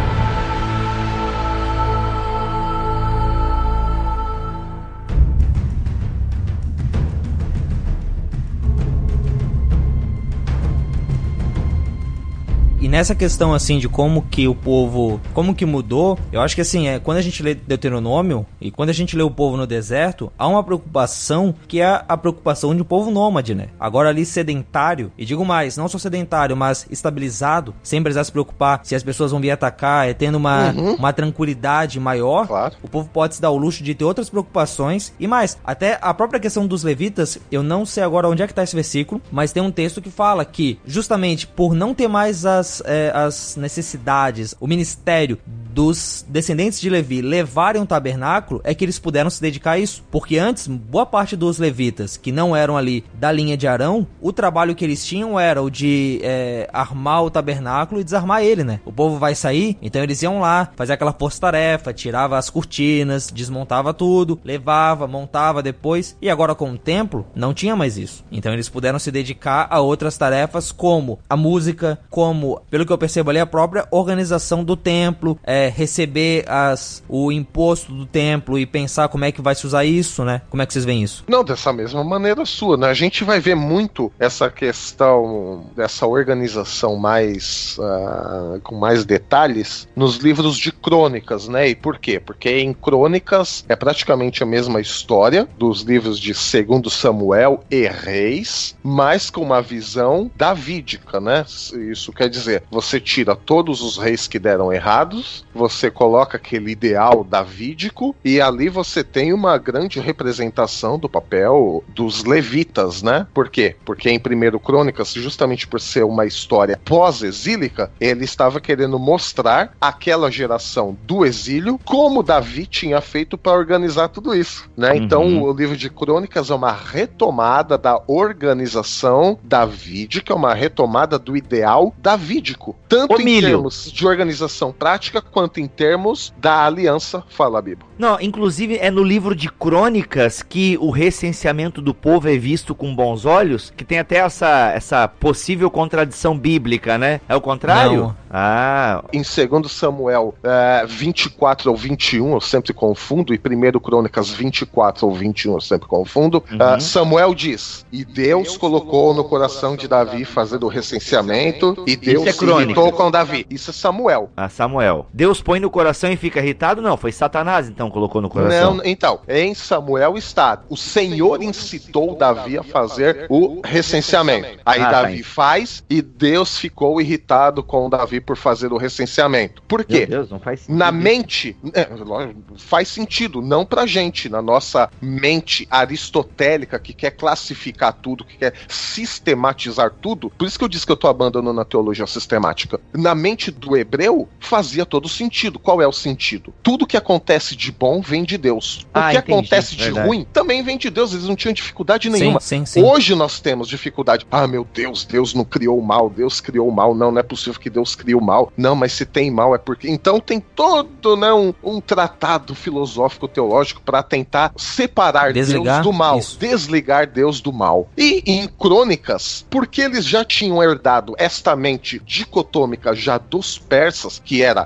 D: E nessa questão, assim, de como que o povo, como que mudou, eu acho que, assim, é, quando a gente lê Deuteronômio e quando a gente lê o povo no deserto, há uma preocupação que é a preocupação de um povo nômade, né? Agora ali sedentário, e digo mais, não só sedentário, mas estabilizado, sem precisar se preocupar se as pessoas vão vir atacar, é tendo uma, uhum. uma tranquilidade maior, claro. O povo pode se dar o luxo de ter outras preocupações, e mais, até a própria questão dos levitas, eu não sei agora onde é que tá esse versículo, mas tem um texto que fala que, justamente por não ter mais as É, as necessidades, o ministério dos descendentes de Levi levarem um tabernáculo, é que eles puderam se dedicar a isso, porque antes, boa parte dos levitas que não eram ali da linha de Arão, o trabalho que eles tinham era o de é, armar o tabernáculo e desarmar ele, né? O povo vai sair, então eles iam lá, fazer aquela força-tarefa, tirava as cortinas, desmontava tudo, levava, montava depois, e agora com o templo, não tinha mais isso. Então eles puderam se dedicar a outras tarefas, como a música, como, pelo que eu percebo ali, a própria organização do templo, é, receber as, o imposto do templo e pensar como é que vai se usar isso, né? Como é que vocês veem isso?
C: Não, dessa mesma maneira sua, né? A gente vai ver muito essa questão dessa organização mais uh, com mais detalhes nos livros de crônicas, né? E por quê? Porque em crônicas é praticamente a mesma história dos livros de Segundo Samuel e Reis, mas com uma visão davídica, né? Isso quer dizer, você tira todos os reis que deram errados, você coloca aquele ideal davídico e ali você tem uma grande representação do papel dos levitas, né? Por quê? Porque em primeiro Crônicas, justamente por ser uma história pós-exílica, ele estava querendo mostrar aquela geração do exílio como Davi tinha feito para organizar tudo isso, né? Uhum. Então o livro de Crônicas é uma retomada da organização davídica, uma retomada do ideal davídico, tanto Ô, em Milho. termos de organização prática quanto em termos da aliança. Fala, Bibo.
B: Não, inclusive é no livro de Crônicas que o recenseamento do povo é visto com bons olhos, que tem até essa, essa possível contradição bíblica, né? É o contrário?
D: Não.
B: Ah.
C: Em Segundo Samuel é, vinte e quatro ou vinte e um, eu sempre confundo, e primeiro Crônicas vinte e quatro ou vinte e um, eu sempre confundo, uhum. uh, Samuel diz, e Deus, Deus colocou no coração de Davi fazer o recenseamento, e Deus
B: é
C: se irritou com Davi. Isso é Samuel.
B: Ah, Samuel. Deus põe no coração e fica irritado? Não, foi Satanás então colocou no coração.
C: Não, então, em Samuel está, o Senhor incitou Davi a fazer o recenseamento. Aí ah, Davi tá faz, e Deus ficou irritado com Davi por fazer o recenseamento. Por quê?
B: Meu Deus, não faz sentido.
C: Na mente, é, faz sentido, não pra gente, na nossa mente aristotélica que quer classificar tudo, que quer sistematizar tudo. Por isso que eu disse que eu tô abandonando a teologia sistemática. Na mente do hebreu, fazia todo sentido. Qual é o sentido? Tudo que acontece de bom vem de Deus. O
B: ah,
C: que
B: entendi,
C: acontece de
B: verdade.
C: ruim também vem de Deus. Eles não tinham dificuldade nenhuma.
D: Sim, sim, sim.
C: Hoje nós temos dificuldade. Ah, meu Deus, Deus não criou o mal. Deus criou o mal. Não, não é possível que Deus crie o mal. Não, mas se tem mal é porque... Então tem todo, né, um, um tratado filosófico teológico para tentar separar
D: Desligar,
C: Deus do mal.
D: isso.
C: Desligar Deus do mal. E em Crônicas, porque eles já tinham herdado esta mente dicotômica já dos persas, que era bem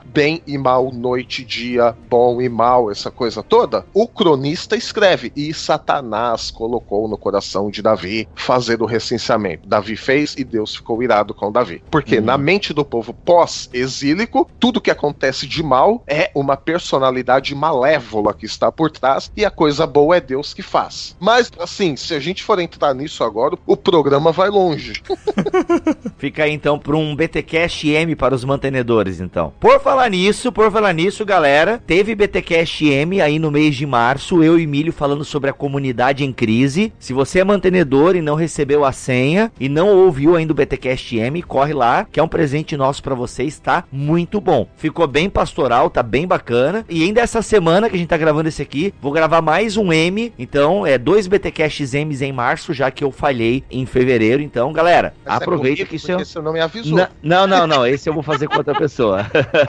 C: bem e mal, noite e dia, bom e mal, essa coisa toda, o cronista escreve, e Satanás colocou no coração de Davi fazer o recenseamento. Davi fez e Deus ficou irado com Davi. Porque hum. na mente do povo pós-exílico, tudo que acontece de mal é uma personalidade malévola que está por trás, e a coisa boa é Deus que faz. Mas, assim, se a gente for entrar nisso agora, o programa vai longe.
B: Fica aí, então, para um BTcast M para os mantenedores, então. Por falar nisso, por falar nisso, galera, teve BTcast M aí no mês de março, eu e Emílio falando sobre a comunidade em crise. Se você é mantenedor e não recebeu a senha e não ouviu ainda o BTcast M, corre lá, que é um presente nosso para vocês, tá muito bom. Ficou bem pastoral, tá bem bacana. E ainda essa semana que a gente tá gravando esse aqui, vou gravar mais um M, então é dois BTcasts M's em março, já que eu falhei em fevereiro. Então, galera,
C: Mas
B: aproveita
C: é
B: que seu...
C: você não me avisou.
B: N- não, não, não, esse eu vou fazer com outra pessoa.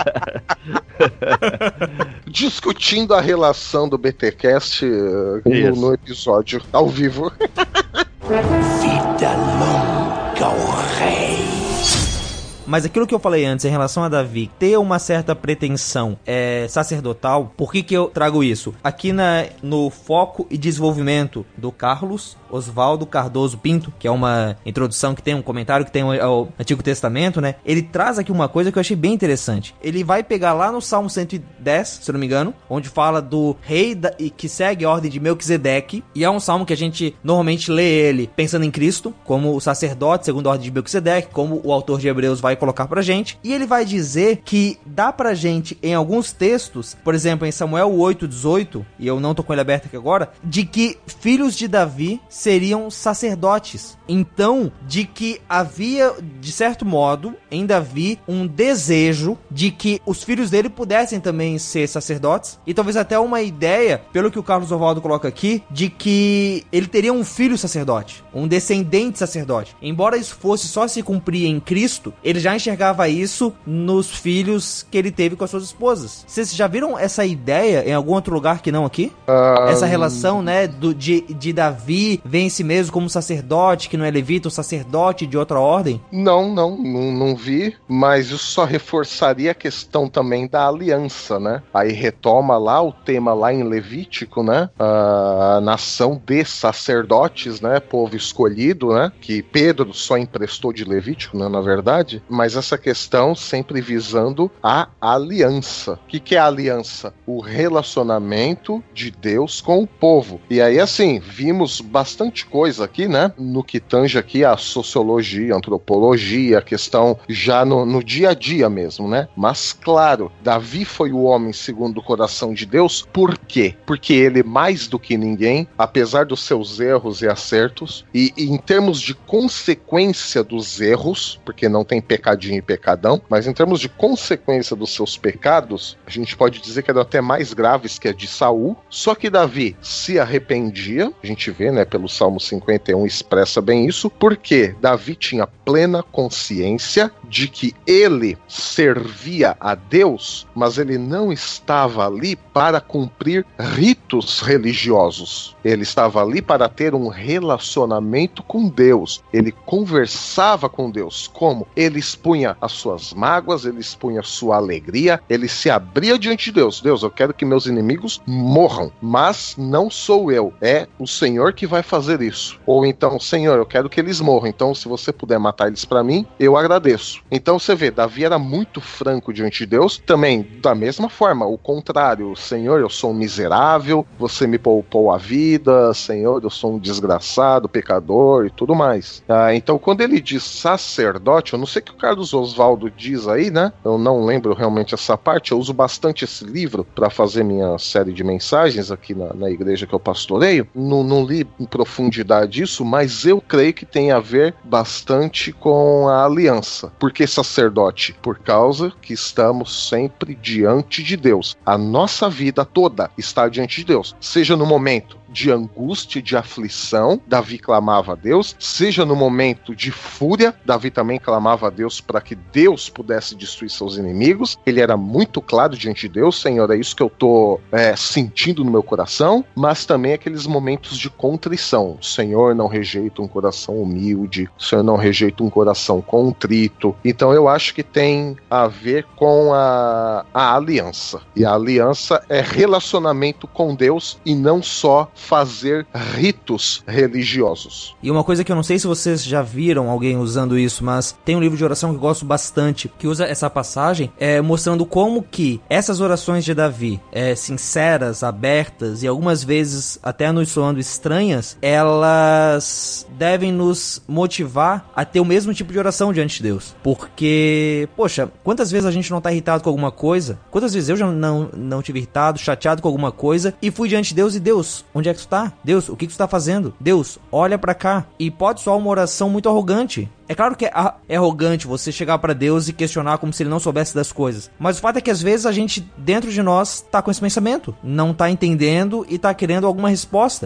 C: Discutindo a relação do BTcast uh, no, no episódio ao vivo.
F: Vida longa ao rei.
D: Mas aquilo que eu falei antes em relação a Davi ter uma certa pretensão é, sacerdotal, por que que eu trago isso? Aqui na, no foco e desenvolvimento do Carlos Oswaldo Cardoso Pinto, que é uma introdução que tem um comentário que tem o, o Antigo Testamento, né? Ele traz aqui uma coisa que eu achei bem interessante. Ele vai pegar lá no Salmo cento e dez, se eu não me engano, onde fala do rei da, e que segue a ordem de Melquisedeque, e é um salmo que a gente normalmente lê ele pensando em Cristo, como o sacerdote segundo a ordem de Melquisedeque, como o autor de Hebreus vai colocar pra gente, e ele vai dizer que dá pra gente, em alguns textos, por exemplo, em Samuel oito, dezoito, e eu não tô com ele aberto aqui agora, de que filhos de Davi seriam sacerdotes. Então, de que havia, de certo modo, em Davi, um desejo de que os filhos dele pudessem também ser sacerdotes, e talvez até uma ideia, pelo que o Carlos Oswaldo coloca aqui, de que ele teria um filho sacerdote, um descendente sacerdote. Embora isso fosse só se cumprir em Cristo, ele já enxergava isso nos filhos que ele teve com as suas esposas. Vocês já viram essa ideia em algum outro lugar que não aqui? Um... Essa relação, né, do, de, de Davi ver em si mesmo como sacerdote, que não é levita, o sacerdote de outra ordem?
C: Não, não, não, não vi, mas isso só reforçaria a questão também da aliança, né? Aí retoma lá o tema lá em Levítico, né? A nação de sacerdotes, né? Povo escolhido, né? Que Pedro só emprestou de Levítico, né? Na verdade, mas essa questão sempre visando a aliança. O que, que é a aliança? O relacionamento de Deus com o povo. E aí, assim, vimos bastante coisa aqui, né? No que tange aqui a sociologia, a antropologia, a questão já no, no dia a dia mesmo, né? Mas, claro, Davi foi o homem segundo o coração de Deus. Por quê? Porque ele, mais do que ninguém, apesar dos seus erros e acertos, e, e em termos de consequência dos erros, porque não tem pecadinho e pecadão, mas em termos de consequência dos seus pecados, a gente pode dizer que eram até mais graves que a de Saul. Só que Davi se arrependia, a gente vê, né, pelo Salmo cinquenta e um expressa bem isso, porque Davi tinha plena consciência de que ele servia a Deus, mas ele não estava ali para cumprir ritos religiosos. Ele estava ali para ter um relacionamento com Deus. Ele conversava com Deus. Como? Ele expunha as suas mágoas, ele expunha a sua alegria, ele se abria diante de Deus. Deus, eu quero que meus inimigos morram, mas não sou eu, é o Senhor que vai fazer isso. Ou então, Senhor, eu quero que eles morram, então se você puder matar eles para mim, eu agradeço. Então você vê, Davi era muito franco diante de Deus. Também, da mesma forma, o contrário, Senhor, eu sou um miserável, você me poupou a vida, Senhor, eu sou um desgraçado, pecador e tudo mais. Ah, então quando ele diz sacerdote, eu não sei o que o Carlos Oswaldo diz aí, né? Eu não lembro realmente essa parte, eu uso bastante esse livro para fazer minha série de mensagens aqui na, na igreja que eu pastoreio. Não, não li em profundidade isso, mas eu creio que tem a ver bastante com a aliança. Por que sacerdote? Por causa que estamos sempre diante de Deus. A nossa vida toda está diante de Deus. Seja no momento de angústia, de aflição, Davi clamava a Deus, seja no momento de fúria, Davi também clamava a Deus para que Deus pudesse destruir seus inimigos. Ele era muito claro diante de Deus: Senhor, é isso que eu tô é, sentindo no meu coração. Mas também aqueles momentos de contrição: Senhor, não rejeita um coração humilde, Senhor, não rejeita um coração contrito. Então eu acho que tem a ver com a, a aliança, e a aliança é relacionamento com Deus e não só fazer ritos religiosos.
D: E uma coisa que eu não sei se vocês já viram alguém usando isso, mas tem um livro de oração que eu gosto bastante, que usa essa passagem, é, mostrando como que essas orações de Davi, é, sinceras, abertas e algumas vezes até nos soando estranhas, elas devem nos motivar a ter o mesmo tipo de oração diante de Deus. Porque, poxa, quantas vezes a gente não tá irritado com alguma coisa? Quantas vezes eu já não, não tive irritado, chateado com alguma coisa e fui diante de Deus e: Deus, onde é que tu tá? Deus, o que que tu tá fazendo? Deus, olha pra cá. E pode soar uma oração muito arrogante. É claro que é arrogante você chegar pra Deus e questionar como se ele não soubesse das coisas. Mas o fato é que às vezes a gente, dentro de nós, tá com esse pensamento. Não tá entendendo e tá querendo alguma resposta.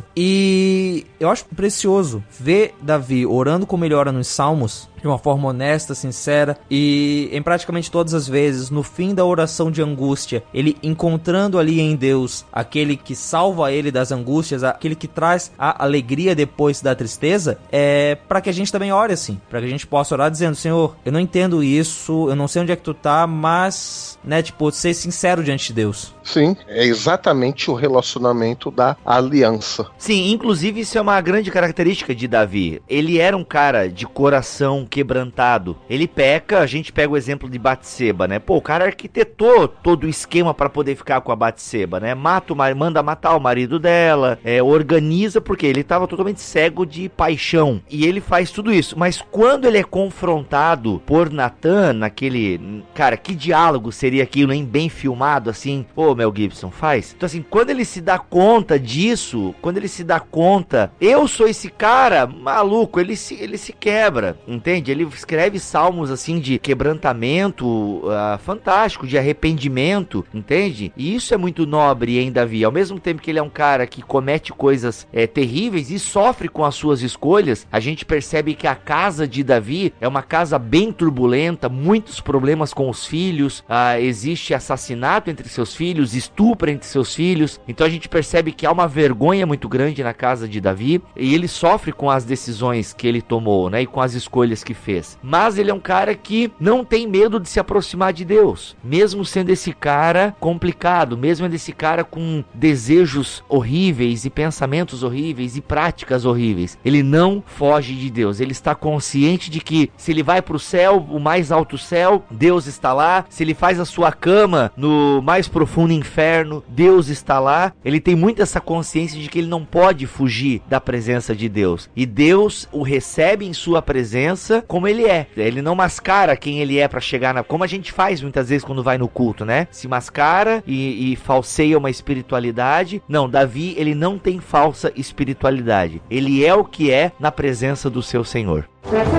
D: E eu acho precioso ver Davi orando como ele ora nos Salmos, de uma forma honesta, sincera, e em praticamente todas as vezes, no fim da oração de angústia, ele encontrando ali em Deus aquele que salva ele das angústias, aquele que traz a alegria depois da tristeza, é para que a gente também ore assim, para que a gente possa orar dizendo: Senhor, eu não entendo isso, eu não sei onde é que tu tá, mas, né, tipo, ser sincero diante de Deus.
C: Sim, é exatamente o relacionamento da aliança.
B: Sim, inclusive isso é uma grande característica de Davi. Ele era um cara de coração quebrantado. Ele peca, a gente pega o exemplo de Batseba, né? Pô, o cara arquitetou todo o esquema pra poder ficar com a Batseba, né? Mata o mar... manda matar o marido dela, é, organiza, porque ele tava totalmente cego de paixão. E ele faz tudo isso. Mas quando ele é confrontado por Natan, naquele... Cara, que diálogo seria aquilo, hein? Bem filmado, assim. Pô, Mel Gibson, faz. Então, assim, quando ele se dá conta disso, quando ele se dá conta, eu sou esse cara maluco, ele se, ele se quebra, entende? Ele escreve salmos, assim, de quebrantamento uh, fantástico, de arrependimento, entende? E isso é muito nobre em Davi. Ao mesmo tempo que ele é um cara que comete coisas é, terríveis e sofre com as suas escolhas, a gente percebe que a casa de Davi é uma casa bem turbulenta, muitos problemas com os filhos, uh, existe assassinato entre seus filhos, estupro entre seus filhos. Então a gente percebe que há uma vergonha muito grande na casa de Davi, e ele sofre com as decisões que ele tomou, né, e com as escolhas que fez. Mas ele é um cara que não tem medo de se aproximar de Deus, mesmo sendo esse cara complicado, mesmo sendo esse cara com desejos horríveis e pensamentos horríveis e práticas horríveis. Ele não foge de Deus. Ele está consciente de que se ele vai para o céu, o mais alto céu, Deus está lá. Se ele faz a sua cama no mais profundo inferno, Deus está lá. Ele tem muito essa consciência de que ele não pode fugir da presença de Deus. E Deus o recebe em sua presença como ele é. Ele não mascara quem ele é para chegar na... Como a gente faz muitas vezes quando vai no culto, né? Se mascara e, e falseia uma espiritualidade. Não, Davi, ele não tem falsa espiritualidade. Ele é o que é na presença do seu Senhor.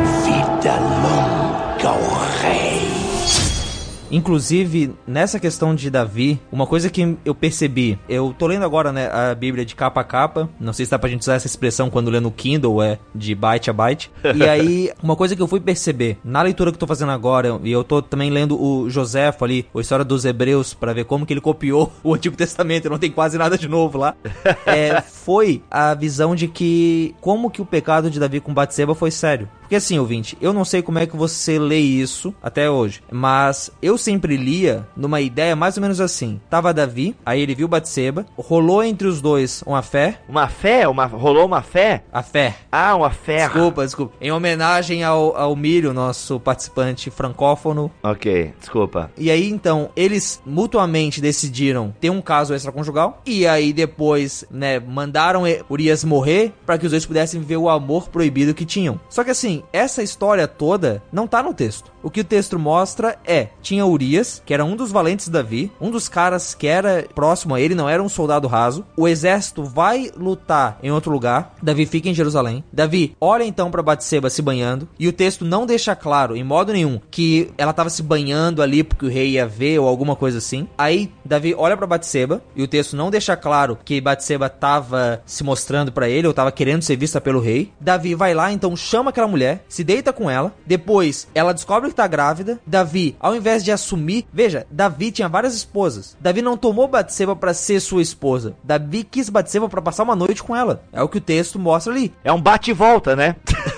F: Vida longa ao rei.
D: Inclusive, nessa questão de Davi, uma coisa que eu percebi, eu tô lendo agora, né, a Bíblia de capa a capa, não sei se dá pra gente usar essa expressão quando lê no Kindle, é de byte a byte, e aí, uma coisa que eu fui perceber, na leitura que eu tô fazendo agora, e eu tô também lendo o Joséfo ali, a história dos Hebreus, pra ver como que ele copiou o Antigo Testamento, não tem quase nada de novo lá, é, foi a visão de que, como que o pecado de Davi com Batseba foi sério. Porque assim, ouvinte, eu não sei como é que você lê isso até hoje, mas eu sempre lia numa ideia mais ou menos assim. Tava Davi, aí ele viu Batseba, rolou entre os dois uma fé.
B: Uma fé? Uma, rolou uma fé?
D: A fé.
B: Ah, uma fé.
D: Desculpa, desculpa. Em homenagem ao, ao Mírio, nosso participante francófono.
B: Ok, desculpa.
D: E aí, então, eles mutuamente decidiram ter um caso extraconjugal, e aí depois, né, mandaram Urias morrer para que os dois pudessem viver o amor proibido que tinham. Só que assim, essa história toda não tá no texto. O que o texto mostra é, tinha Urias, que era um dos valentes de Davi, um dos caras que era próximo a ele, não era um soldado raso. O exército vai lutar em outro lugar, Davi fica em Jerusalém. Davi olha então pra Batseba se banhando, e o texto não deixa claro, em modo nenhum, que ela tava se banhando ali porque o rei ia ver ou alguma coisa assim. Aí Davi olha pra Batseba, e o texto não deixa claro que Batseba tava se mostrando pra ele, ou tava querendo ser vista pelo rei. Davi vai lá, então chama aquela mulher, se deita com ela, depois ela descobre que tá grávida. Davi, ao invés de assumir, veja, Davi tinha várias esposas. Davi não tomou Batseba pra ser sua esposa. Davi quis Batseba pra passar uma noite com ela. É o que o texto mostra ali.
B: É um bate e volta, né?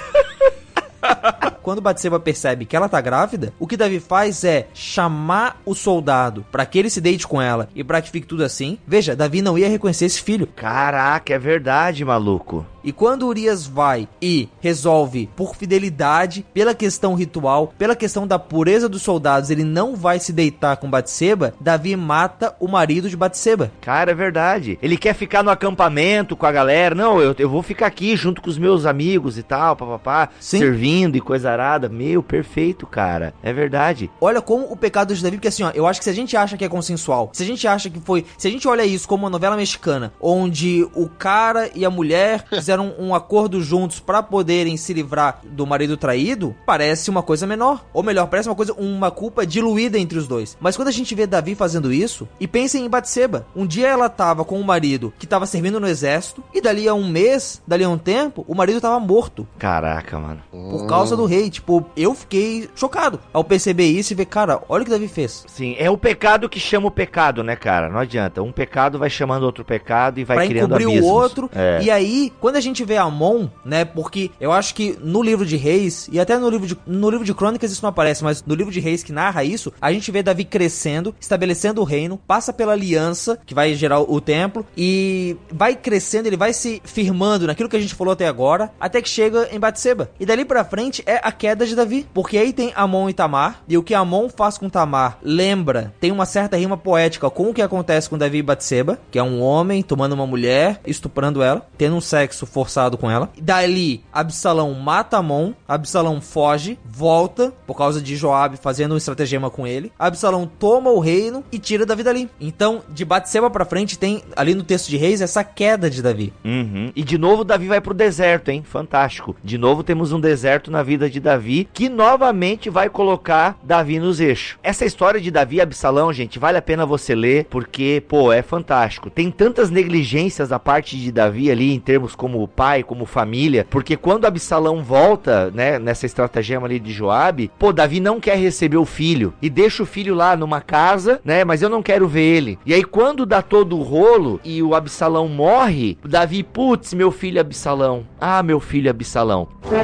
D: Quando Batseba percebe que ela tá grávida, o que Davi faz é chamar o soldado pra que ele se deite com ela e pra que fique tudo assim. Veja, Davi não ia reconhecer esse filho.
B: Caraca, é verdade, maluco.
D: E quando Urias vai e resolve, por fidelidade, pela questão ritual, pela questão da pureza dos soldados, ele não vai se deitar com Batseba, Davi mata o marido de Batseba.
B: Cara, é verdade. Ele quer ficar no acampamento com a galera. Não, eu, eu vou ficar aqui junto com os meus amigos e tal, papapá, servindo e coisa arada. Meu, perfeito, cara. É verdade.
D: Olha como o pecado de Davi, porque assim, ó, eu acho que se a gente acha que é consensual, se a gente acha que foi, se a gente olha isso como uma novela mexicana, onde o cara e a mulher fizeram um acordo juntos pra poderem se livrar do marido traído, parece uma coisa menor. Ou melhor, parece uma coisa, uma culpa diluída entre os dois. Mas quando a gente vê Davi fazendo isso, e pensem em Batseba, um dia ela tava com um marido que tava servindo no exército, e dali a um mês, dali a um tempo, o marido tava morto.
B: Caraca, mano.
D: Por causa do rei. Tipo, eu fiquei chocado ao perceber isso e ver, cara, olha o que Davi fez.
B: Sim, é o pecado que chama o pecado, né, cara? Não adianta. Um pecado vai chamando outro pecado e vai
D: pra
B: criando
D: encobrir
B: abismos.
D: o outro.
B: É.
D: E aí, quando a gente vê Amon, né, porque eu acho que no livro de Reis, e até no livro de, no livro de Crônicas isso não aparece, mas no livro de Reis que narra isso, a gente vê Davi crescendo, estabelecendo o reino, passa pela aliança, que vai gerar o templo, e vai crescendo, ele vai se firmando naquilo que a gente falou até agora, até que chega em Batseba. E dali pra frente é a queda de Davi, porque aí tem Amon e Tamar, e o que Amon faz com Tamar lembra, tem uma certa rima poética com o que acontece com Davi e Batseba, que é um homem tomando uma mulher, estuprando ela, tendo um sexo forçado com ela. Dali, Absalão mata Amon, Absalão foge, volta, por causa de Joabe fazendo um estratagema com ele, Absalão toma o reino e tira Davi dali. Então, de Batseba pra frente, tem ali no texto de Reis essa queda de Davi.
B: Uhum. E de novo Davi vai pro deserto, hein? Fantástico. De novo temos um deserto na vida de Davi, que novamente vai colocar Davi nos eixos. Essa história de Davi e Absalão, gente, vale a pena você ler, porque, pô, é fantástico. Tem tantas negligências da parte de Davi ali, em termos como pai, como família, porque quando Absalão volta, né, nessa estratagema ali de Joabe, pô, Davi não quer receber o filho, e deixa o filho lá numa casa, né, mas eu não quero ver ele. E aí quando dá todo o rolo, e o Absalão morre, Davi, putz, meu filho Absalão, ah, meu filho Absalão.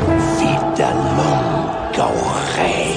F: Vida longa ao rei.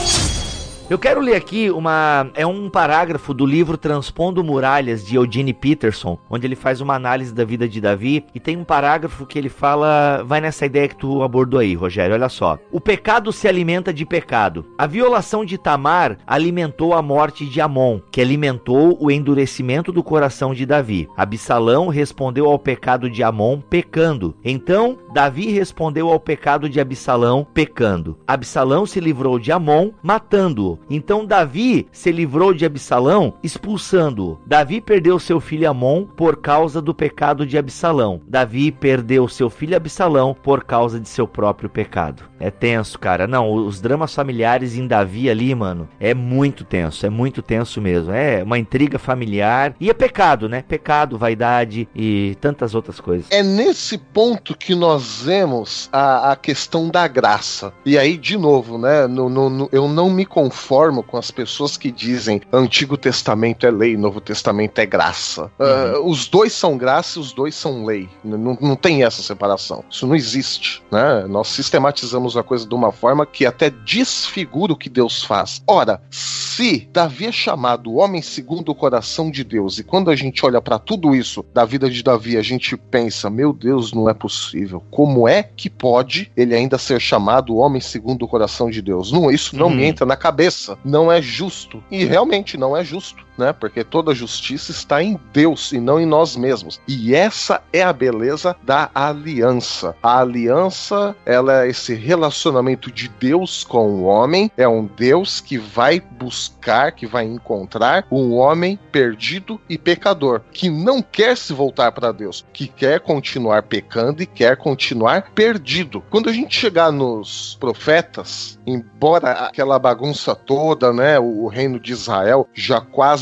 B: Eu quero ler aqui uma, é um parágrafo do livro Transpondo Muralhas, de Eugene Peterson, onde ele faz uma análise da vida de Davi, e tem um parágrafo que ele fala, vai nessa ideia que tu abordou aí, Rogério, olha só. O pecado se alimenta de pecado. A violação de Tamar alimentou a morte de Amon, que alimentou o endurecimento do coração de Davi. Absalão respondeu ao pecado de Amon pecando. Então, Davi respondeu ao pecado de Absalão pecando. Absalão se livrou de Amon, matando-o. Então Davi se livrou de Absalão, expulsando-o. Davi perdeu seu filho Amon por causa do pecado de Absalão. Davi perdeu seu filho Absalão por causa de seu próprio pecado. É tenso, cara. Não, os dramas familiares em Davi ali, mano, é muito tenso. É muito tenso mesmo. É uma intriga familiar. E é pecado, né? Pecado, vaidade e tantas outras coisas.
C: É nesse ponto que nós vemos a, a questão da graça. E aí, de novo, né? No, no, no, eu não me conformo com as pessoas que dizem Antigo Testamento é lei, Novo Testamento é graça. Uhum. Uh, os dois são graça e os dois são lei. Não, não tem essa separação. Isso não existe, né? Nós sistematizamos a coisa de uma forma que até desfigura o que Deus faz. Ora, se Davi é chamado homem segundo o coração de Deus, e quando a gente olha para tudo isso da vida de Davi, a gente pensa, meu Deus, não é possível. Como é que pode ele ainda ser chamado homem segundo o coração de Deus? Não, isso não uhum. me entra na cabeça. Não é justo. E realmente não é justo, né? Porque toda justiça está em Deus e não em nós mesmos. E essa é a beleza da aliança. A aliança, ela é esse relacionamento de Deus com o homem. É um Deus que vai buscar, que vai encontrar um homem perdido e pecador, que não quer se voltar para Deus, que quer continuar pecando e quer continuar perdido. Quando a gente chegar nos profetas, embora aquela bagunça toda, né, o reino de Israel já quase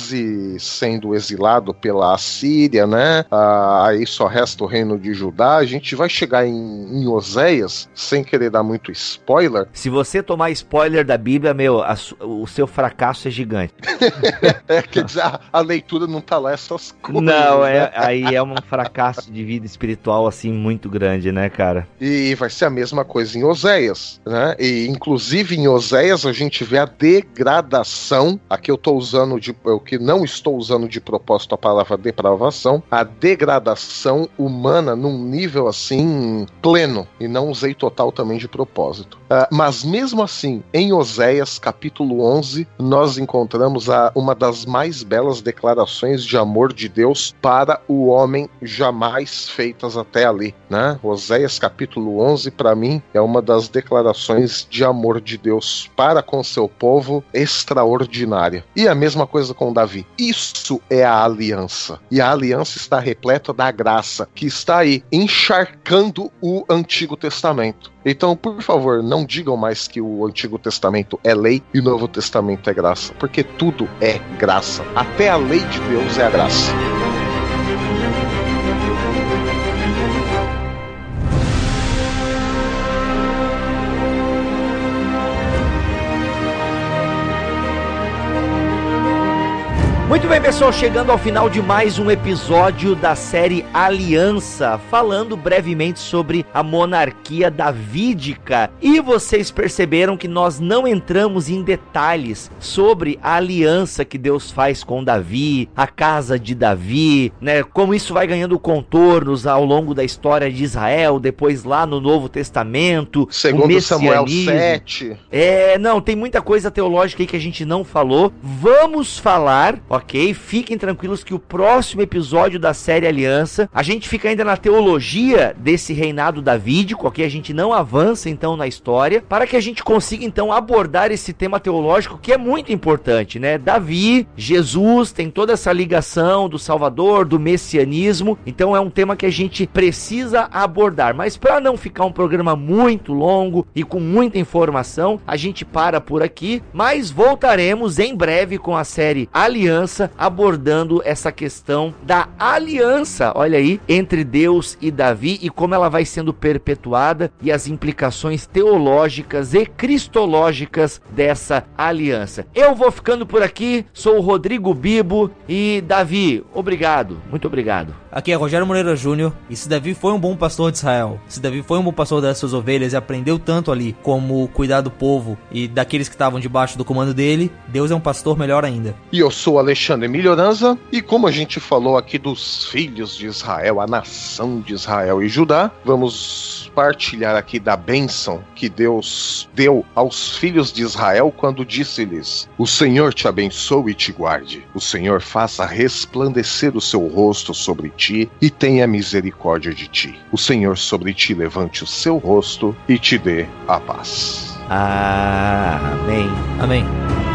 C: quase sendo exilado pela Assíria, né? Ah, aí só resta o reino de Judá. A gente vai chegar em, em Oséias, sem querer dar muito spoiler.
B: Se você tomar spoiler da Bíblia, meu, a, o seu fracasso é gigante.
C: É, quer dizer, a, a leitura não tá lá, essas coisas.
B: Não,
C: né?
B: é, aí é um fracasso de vida espiritual, assim, muito grande, né, cara?
C: E vai ser a mesma coisa em Oséias, né? E inclusive em Oséias a gente vê a degradação, aqui eu tô usando de, eu que não estou usando de propósito a palavra depravação, a degradação humana num nível assim pleno, e não usei total também de propósito. Uh, mas mesmo assim, em Oséias capítulo onze, nós encontramos a, uma das mais belas declarações de amor de Deus para o homem jamais feitas até ali, né? Oséias capítulo onze, para mim, é uma das declarações de amor de Deus para com seu povo extraordinária. E a mesma coisa com Davi. Isso é a aliança. E a aliança está repleta da graça, que está aí encharcando o Antigo Testamento. Então, por favor, não digam mais que o Antigo Testamento é lei e o Novo Testamento é graça, porque tudo é graça. Até a lei de Deus é a graça.
B: Muito bem, pessoal, chegando ao final de mais um episódio da série Aliança, falando brevemente sobre a monarquia davídica. E vocês perceberam que nós não entramos em detalhes sobre a aliança que Deus faz com Davi, a casa de Davi, né? Como isso vai ganhando contornos ao longo da história de Israel, depois lá no Novo Testamento.
C: Segundo Samuel sete.
B: É, não, tem muita coisa teológica aí que a gente não falou. Vamos falar, ó. Ok? Fiquem tranquilos que o próximo episódio da série Aliança, a gente fica ainda na teologia desse reinado davídico, ok? A gente não avança então na história, para que a gente consiga então abordar esse tema teológico que é muito importante, né? Davi, Jesus, tem toda essa ligação do Salvador, do messianismo, então é um tema que a gente precisa abordar, mas para não ficar um programa muito longo e com muita informação, a gente para por aqui, mas voltaremos em breve com a série Aliança, abordando essa questão da aliança, olha aí, entre Deus e Davi e como ela vai sendo perpetuada e as implicações teológicas e cristológicas dessa aliança. Eu vou ficando por aqui, sou o Rodrigo Bibo e Davi, obrigado, muito obrigado.
D: Aqui é Rogério Moreira Júnior, e se Davi foi um bom pastor de Israel, se Davi foi um bom pastor das suas ovelhas e aprendeu tanto ali como cuidar do povo e daqueles que estavam debaixo do comando dele, Deus é um pastor melhor ainda.
C: E eu sou Alexandre Melhoranza, e como a gente falou aqui dos filhos de Israel, a nação de Israel e Judá, vamos partilhar aqui da bênção que Deus deu aos filhos de Israel quando disse-lhes: o Senhor te abençoe e te guarde, o Senhor faça resplandecer o seu rosto sobre ti e tenha misericórdia de ti, o Senhor sobre ti levante o seu rosto e te dê a paz.
B: Amém.
D: Amém.